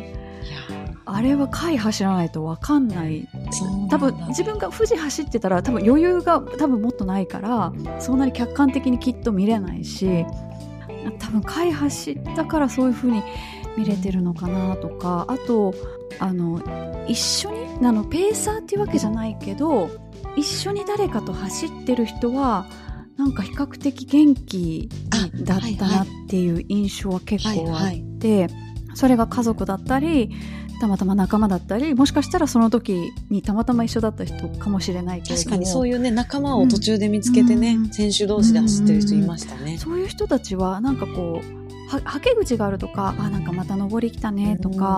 あれは甲斐走らないと分かんない。多分自分が富士走ってたら多分余裕が多分もっとないからそんなに客観的にきっと見れないし、多分甲斐走ったからそういう風に見れてるのかなとか、あと一緒にペーサーっていうわけじゃないけど一緒に誰かと走ってる人はなんか比較的元気だったなっていう印象は結構あって、それが家族だったりたまたま仲間だったり、もしかしたらその時にたまたま一緒だった人かもしれないけれども、 確かにそういうね仲間を途中で見つけてね、選手同士で走ってる人いましたね。 そういう人たちはなんかこうはけ口があるとか、なんかまた登り来たねとか、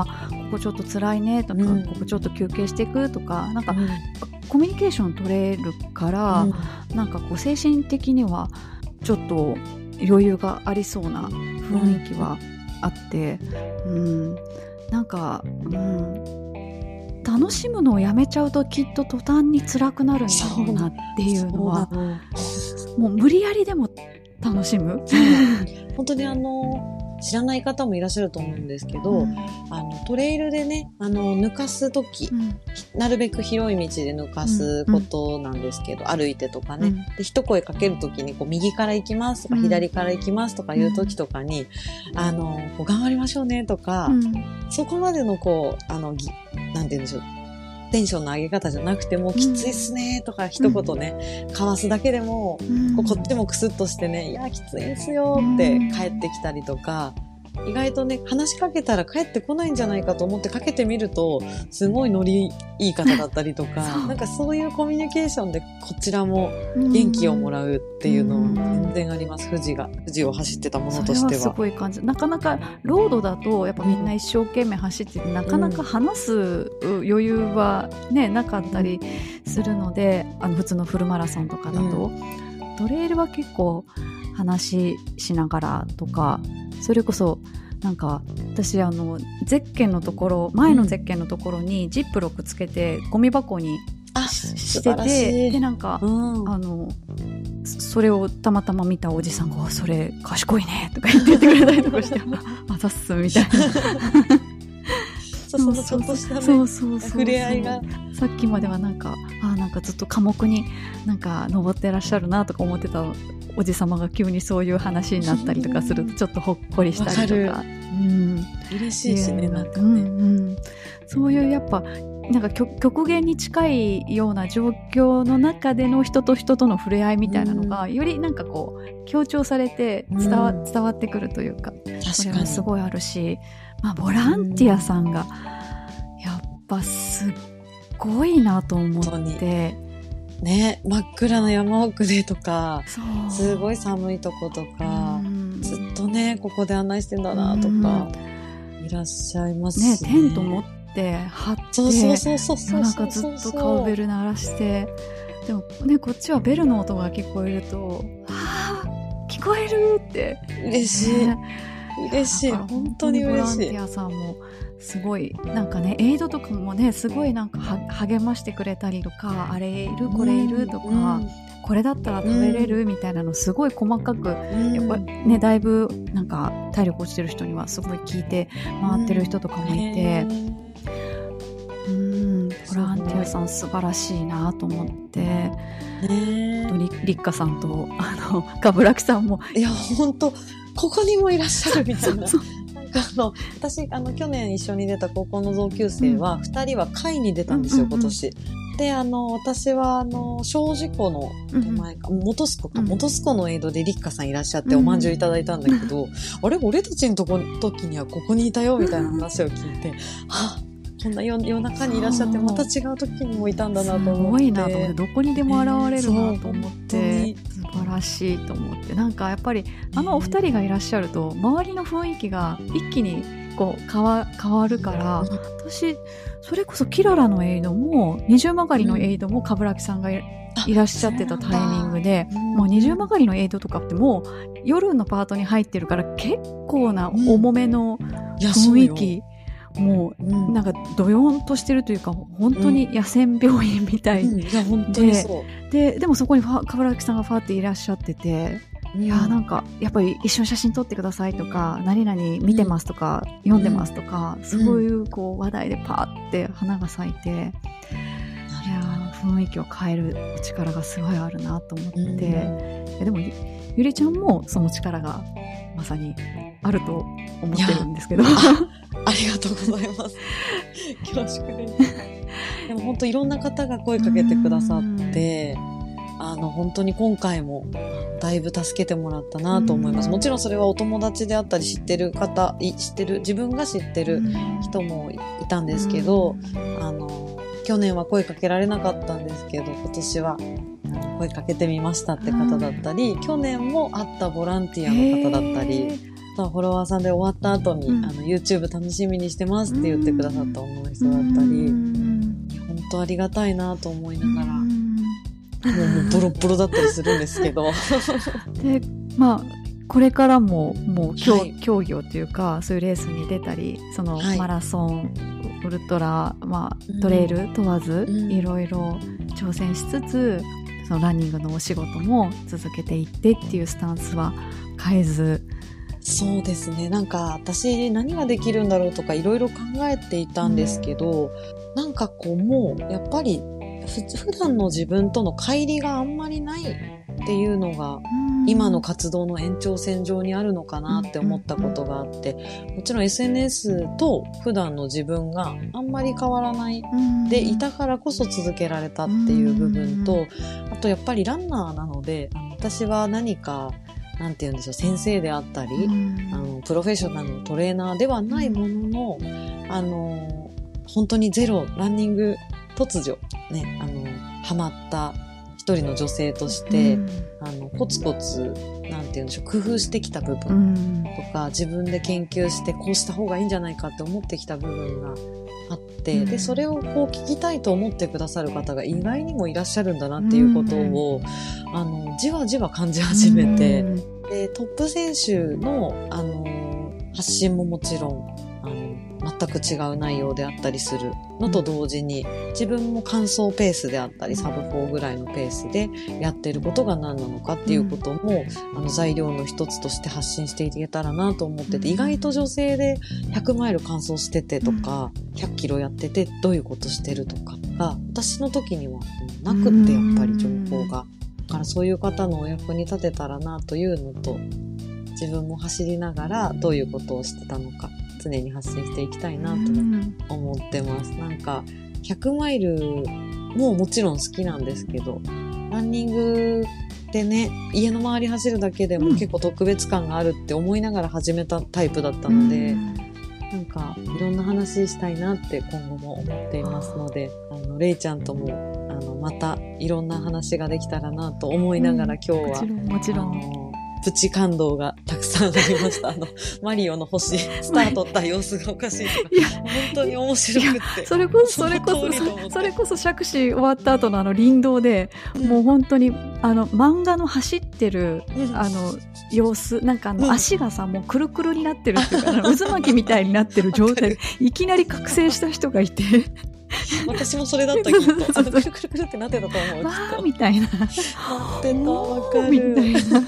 こちょっと辛いねとか、ここちょっと休憩していくとか、なんか、コミュニケーション取れるから、なんかこう精神的にはちょっと余裕がありそうな雰囲気はあって、なんか、楽しむのをやめちゃうときっと途端に辛くなるんだろうなっていうのは、もう無理やりでも楽しむ。 本当に知らない方もいらっしゃると思うんですけど、トレイルでね、抜かすとき、なるべく広い道で抜かすことなんですけど、歩いてとかね、で、一声かけるときに、こう、右から行きますとか、左から行きますとかいうときとかに、こう頑張りましょうねとか、そこまでのこう、なんて言うんでしょう、テンションの上げ方じゃなくても、きついっすねとか一言ね、交わすだけでも、こっちもクスッとしてね、いや、きついんすよって帰ってきたりとか、意外とね、話しかけたら帰ってこないんじゃないかと思ってかけてみると、すごいノリいい方だったりとか、なんかそういうコミュニケーションでこちらも元気をもらうっていうのは全然あります。富士を走ってたものとしては。 それはすごい感じ。なかなかロードだとやっぱみんな一生懸命走ってて、なかなか話す余裕はね、なかったりするので、普通のフルマラソンとかだと、トレイルは結構話しながらとか、それこそなんか私ゼッケンのところ、前のゼッケンのところにジップロックつけてゴミ箱にしてて、でなんか、それをたまたま見たおじさんが、それ賢いねとか言ってくれたりとかしてあざっすみたいなそうちょっとしたね、触れ合いが、 さっきまではなんかずっと寡黙になんか登ってらっしゃるなとか思ってたおじさまが急にそういう話になったりとかするとちょっとほっこりしたりとか、 嬉しいしね、なんかね、 そういうやっぱなんか極限に近いような状況の中での人と人との触れ合いみたいなのが、よりなんかこう強調されて伝わってくるというか、それはすごいあるし、ボランティアさんがやっぱすっごいなと思ってね、真っ暗な山奥でとか、すごい寒いとことか、ずっとねここで案内してんだなとか、いらっしゃいますね。 テント持って張って、なんかずっとカウベル鳴らして、でもねこっちはベルの音が聞こえると、聞こえるって嬉しい、嬉しい、本当に嬉しい。 ボランティアさんもすごいなんかね、エイドとかもねすごいなんか励ましてくれたりとか、あれいるこれいるとか、これだったら食べれるみたいなのすごい細かく、やっぱねだいぶなんか体力落ちてる人にはすごい聞いて回ってる人とかもいて、ボランティアさん素晴らしいなと思って、リッカさんと冠城さんも、 いや本当ここにもいらっしゃるみたいな。私去年一緒に出た高校の同級生は2人は会に出たんですよ、今年。で私は小事故の手前か、本栖湖のエイドでリッカさんいらっしゃっておまんじゅういただいたんだけど、あれ俺たちの時にはここにいたよみたいな話を聞いて、こんな夜中にいらっしゃってまた違う時にもいたんだなと思って、すごいなと思って、どこにでも現れるなと思って、素晴らしいと思って、なんかやっぱりお二人がいらっしゃると周りの雰囲気が一気にこう変わるから、私それこそキララのエイドも二重曲がりのエイドも冠城さんがいらっしゃってたタイミングで、もう二重曲がりのエイドとかってもう夜のパートに入ってるから結構な重めの雰囲気、もうなんかドヨンとしてるというか、本当に野戦病院みたいで、でもそこに冠城さんがファーっていらっしゃってて、いやなんかやっぱり一緒に写真撮ってくださいとか、何々見てますとか、読んでますとか、そういうこう話題でパーって花が咲いて、いや雰囲気を変える力がすごいあるなと思って、でもゆりちゃんもその力がまさにあると思ってるんですけど、 ありがとうございます。恐縮です。でも本当いろんな方が声かけてくださって、本当に今回もだいぶ助けてもらったなと思います。もちろんそれはお友達であったり自分が知ってる人もいたんですけど、去年は声かけられなかったんですけど、今年は声かけてみましたって方だったり、去年も会ったボランティアの方だったり、 とはフォロワーさんで終わった後に、YouTube 楽しみにしてますって言ってくださった女の人だったり、本当ありがたいなと思いながら、もうボロボロだったりするんですけど。 で、これからもう競技をというか、そういうレースに出たり、そのマラソン、ウルトラ、トレイル問わず、いろいろ挑戦しつつ、そのランニングのお仕事も続けていってっていうスタンスは変えず。 そうですね。なんか私何ができるんだろうとかいろいろ考えていたんですけど、なんかこうもうやっぱり普段の自分との乖離があんまりないっていうのが今の活動の延長線上にあるのかなって思ったことがあって、もちろん SNS と普段の自分があんまり変わらないでいたからこそ続けられたっていう部分と、あとやっぱりランナーなので、私は何かなんて言うんでしょう、先生であったり、プロフェッショナルのトレーナーではないものの、本当にランニング突如ね、ハマった一人の女性として、コツコツ、なんて言うんでしょう、工夫してきた部分とか、自分で研究してこうした方がいいんじゃないかって思ってきた部分があって、で、それをこう聞きたいと思ってくださる方が意外にもいらっしゃるんだなっていうことを、じわじわ感じ始めて、で、トップ選手の、発信ももちろん、全く違う内容であったりするのと同時に、自分も完走ペースであったり、サブ4ぐらいのペースでやっていることが何なのかっていうことも、材料の一つとして発信していけたらなと思ってて、意外と女性で100マイル完走しててとか、100キロやっててどういうことしてるとかが、私の時にはなくって、やっぱり情報が。だからそういう方のお役に立てたらなというのと、自分も走りながらどういうことをしてたのか、常に発信していきたいなと思ってます。なんか、100マイルももちろん好きなんですけど、ランニングってね、家の周り走るだけでも結構特別感があるって思いながら始めたタイプだったので、なんか、いろんな話したいなって今後も思っていますので、レイちゃんとも、またいろんな話ができたらなと思いながら、今日は、 もちろん。 プチ感動がたくさんありました。マリオの星、スタートった様子がおかしいとか、本当に面白くって。 それこそ杓子終わった後の林道で、もう本当に、漫画の走ってる、様子、なんか足がさ、もうくるくるになってるっていうか、渦巻きみたいになってる状態で、いきなり覚醒した人がいて、 私もそれだった、きっと。くるくるくるってなってたと思う。 わーみたいな。なってた、わかる。みたいな。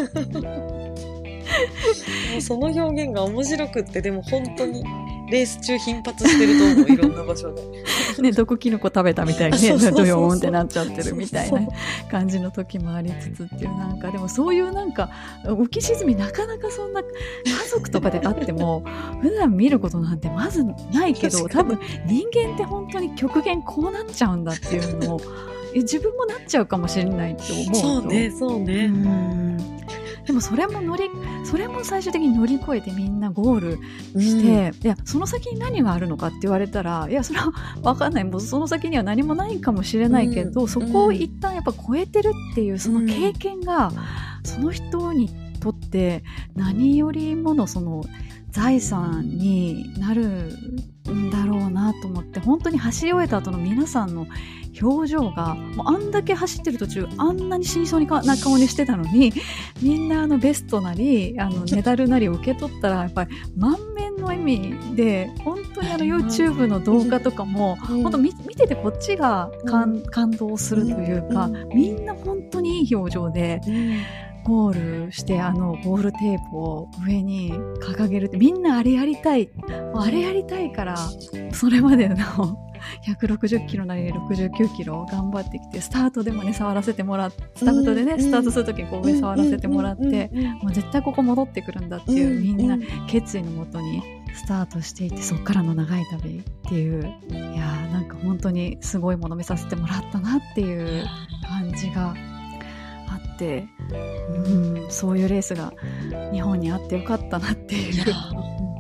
もうその表現が面白くって、でも本当にレース中頻発してると思う、いろんな場所で。 ね、毒キノコ食べたみたいにね、ドヨーンってなっちゃってるみたいな感じの時もありつつっていう、なんかでもそういうなんか浮き沈み、なかなかそんな家族とかであっても普段見ることなんてまずないけど、多分人間って本当に極限こうなっちゃうんだっていうのを自分もなっちゃうかもしれないって思うと。 そうね。 でもそれも最終的に乗り越えてみんなゴールして、いや、その先に何があるのかって言われたら、いや、それはわかんない。もうその先には何もないかもしれないけど、そこを一旦やっぱ超えてるっていうその経験が、その人にとって何よりものその財産になるんだろうなと思って、本当に走り終えた後の皆さんの表情が、もうあんだけ走ってる途中あんなに死にそうな顔にしてたのに、みんなベストなりメダルなりを受け取ったら、やっぱり満面の笑みで、本当にYouTube の動画とかも、本当見ててこっちが感動するというか、みんな本当にいい表情で、ゴールしてゴールテープを上に掲げるって、みんなあれやりたいから、それまでの160キロなり69キロ頑張ってきて、スタートでもね触らせてもらって、スタートでね、スタートするときにこう上触らせてもらって、もう絶対ここ戻ってくるんだっていう、みんな決意のもとにスタートしていて、そっからの長い旅っていう、いやー、なんか本当にすごいもの見させてもらったなっていう感じがあって、そういうレースが日本にあってよかったなっていう。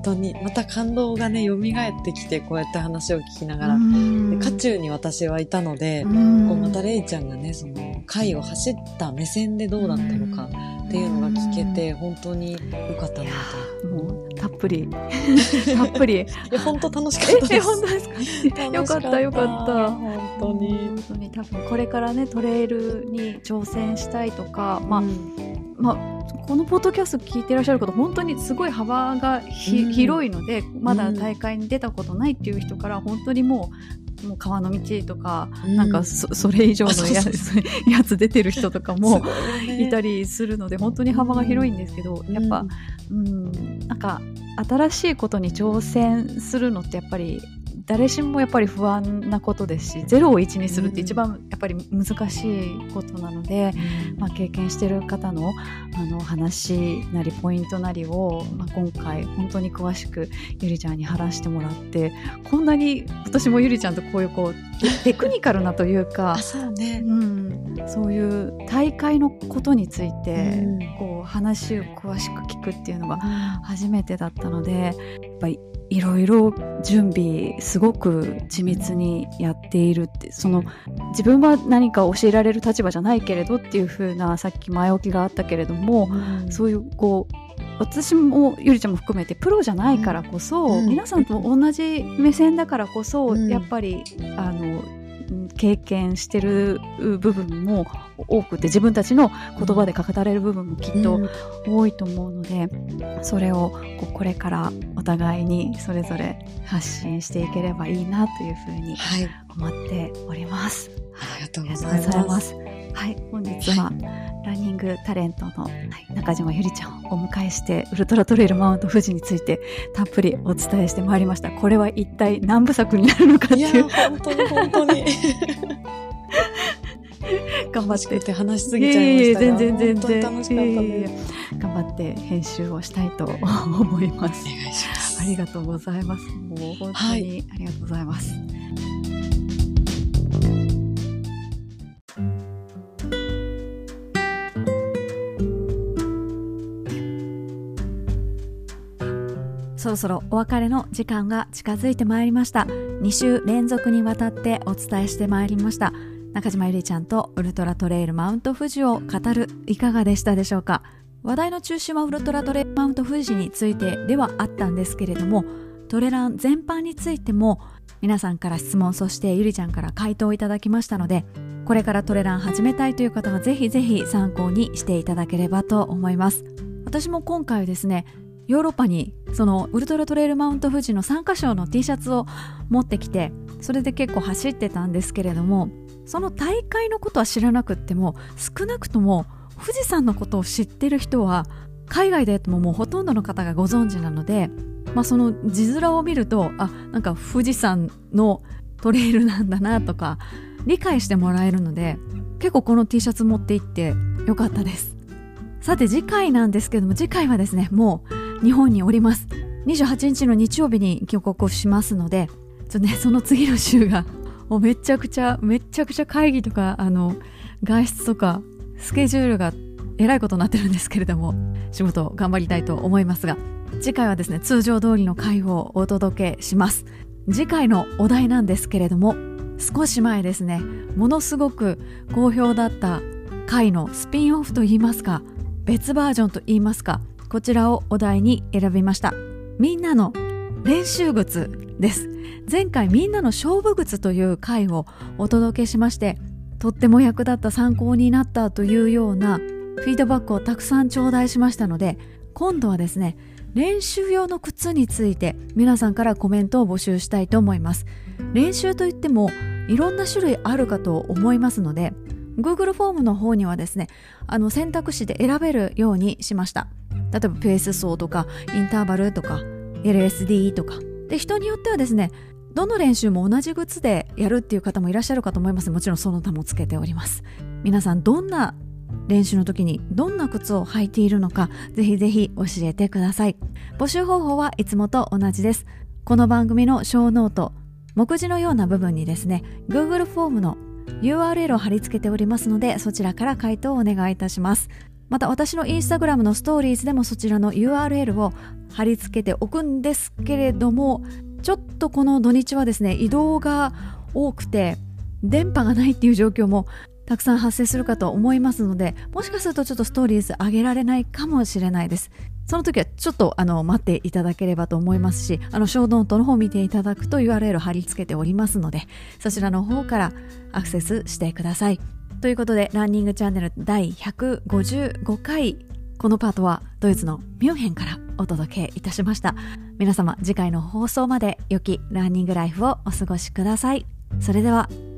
当にまた感動がね蘇ってきて、こうやって話を聞きながら、で渦中に私はいたので、こうまたレイちゃんがねその回を走った目線でどうだったのかっていうのが聞けて本当に良かったなと。 もうたっぷりたっぷり本当楽しかったです。 本当ですか？よかったよかった。 本当に多分これからねトレイルに挑戦したいとか、このポッドキャスト聞いていらっしゃる方本当にすごい幅が広いので、まだ大会に出たことないっていう人から本当にもう川の道とか、なんかそれ以上のやつ出てる人とかもいたりするので本当に幅が広いんですけど、やっぱなんか新しいことに挑戦するのってやっぱり誰しもやっぱり不安なことですし、0を1にするって一番やっぱり難しいことなので、経験してる方の話なりポイントなりを、今回本当に詳しくゆりちゃんに話してもらって、こんなに私もゆりちゃんとこういうテクニカルなというかそうね、 そういう大会のことについてこう話を詳しく聞くっていうのが初めてだったので、やっぱりいろいろ準備すごく緻密にやっているって、その自分は何か教えられる立場じゃないけれどっていう風なさっき前置きがあったけれども、そういう私もゆりちゃんも含めてプロじゃないからこそ、皆さんと同じ目線だからこそ、やっぱり経験してる部分も多くて、自分たちの言葉で語られる部分もきっと多いと思うので、それをこれからお互いにそれぞれ発信していければいいなというふうに思っております。 ありがとうございます。 はい、本日はランニングタレントの中島ゆりちゃんをお迎えしてウルトラトレイルマウント富士についてたっぷりお伝えしてまいりました。これは一体何部作になるのかっていう。 いや本当に頑張って話しすぎちゃいましたが、 全然本当に楽しかったです。 頑張って編集をしたいと思います。 お願いします。 ありがとうございます。もう本当にありがとうございます。そろそろお別れの時間が近づいてまいりました。2週連続にわたってお伝えしてまいりました中島ゆりちゃんとウルトラトレイルマウント富士を語る、いかがでしたでしょうか。話題の中心はウルトラトレイルマウント富士についてではあったんですけれども、トレラン全般についても皆さんから質問、そしてゆりちゃんから回答をいただきましたので、これからトレラン始めたいという方はぜひぜひ参考にしていただければと思います。私も今回ですね、ヨーロッパにそのウルトラトレイルマウント富士の参加賞の T シャツを持ってきて、それで結構走ってたんですけれども、その大会のことは知らなくっても、少なくとも富士山のことを知ってる人は海外でもうほとんどの方がご存知なので、その字面を見ると、なんか富士山のトレイルなんだなとか理解してもらえるので、結構この T シャツ持って行ってよかったです。さて次回なんですけども、次回はですね、もう日本におります。28日の日曜日に帰国しますので、その次の週がもうめちゃくちゃ会議とか外出とかスケジュールがえらいことになってるんですけれども、仕事頑張りたいと思いますが、次回はですね、通常通りの回をお届けします。次回のお題なんですけれども、少し前ですね、ものすごく好評だった回のスピンオフといいますか、別バージョンといいますか、こちらをお題に選びました。みんなの練習靴です。前回みんなの勝負靴という回をお届けしまして、とっても役立った、参考になったというようなフィードバックをたくさん頂戴しましたので、今度はですね、練習用の靴について皆さんからコメントを募集したいと思います。練習といってもいろんな種類あるかと思いますので、Google フォームの方にはですね、選択肢で選べるようにしました。例えばペース走とかインターバルとか LSD とかで、人によってはですね、どの練習も同じ靴でやるっていう方もいらっしゃるかと思います。もちろんその他もつけております。皆さんどんな練習の時にどんな靴を履いているのか、ぜひぜひ教えてください。募集方法はいつもと同じです。この番組の小ノート、目次のような部分にですね、 Google フォームの URL を貼り付けておりますので、そちらから回答をお願いいたします。また私のインスタグラムのストーリーズでもそちらの URL を貼り付けておくんですけれども、ちょっとこの土日はですね、移動が多くて電波がないっていう状況もたくさん発生するかと思いますので、もしかするとちょっとストーリーズ上げられないかもしれないです。その時はちょっと待っていただければと思いますし、ショーノートの方を見ていただくと URL 貼り付けておりますので、そちらの方からアクセスしてください。ということで、ランニングチャンネル第155回、このパートはドイツのミュンヘンからお届けいたしました。皆様、次回の放送まで良きランニングライフをお過ごしください。それでは。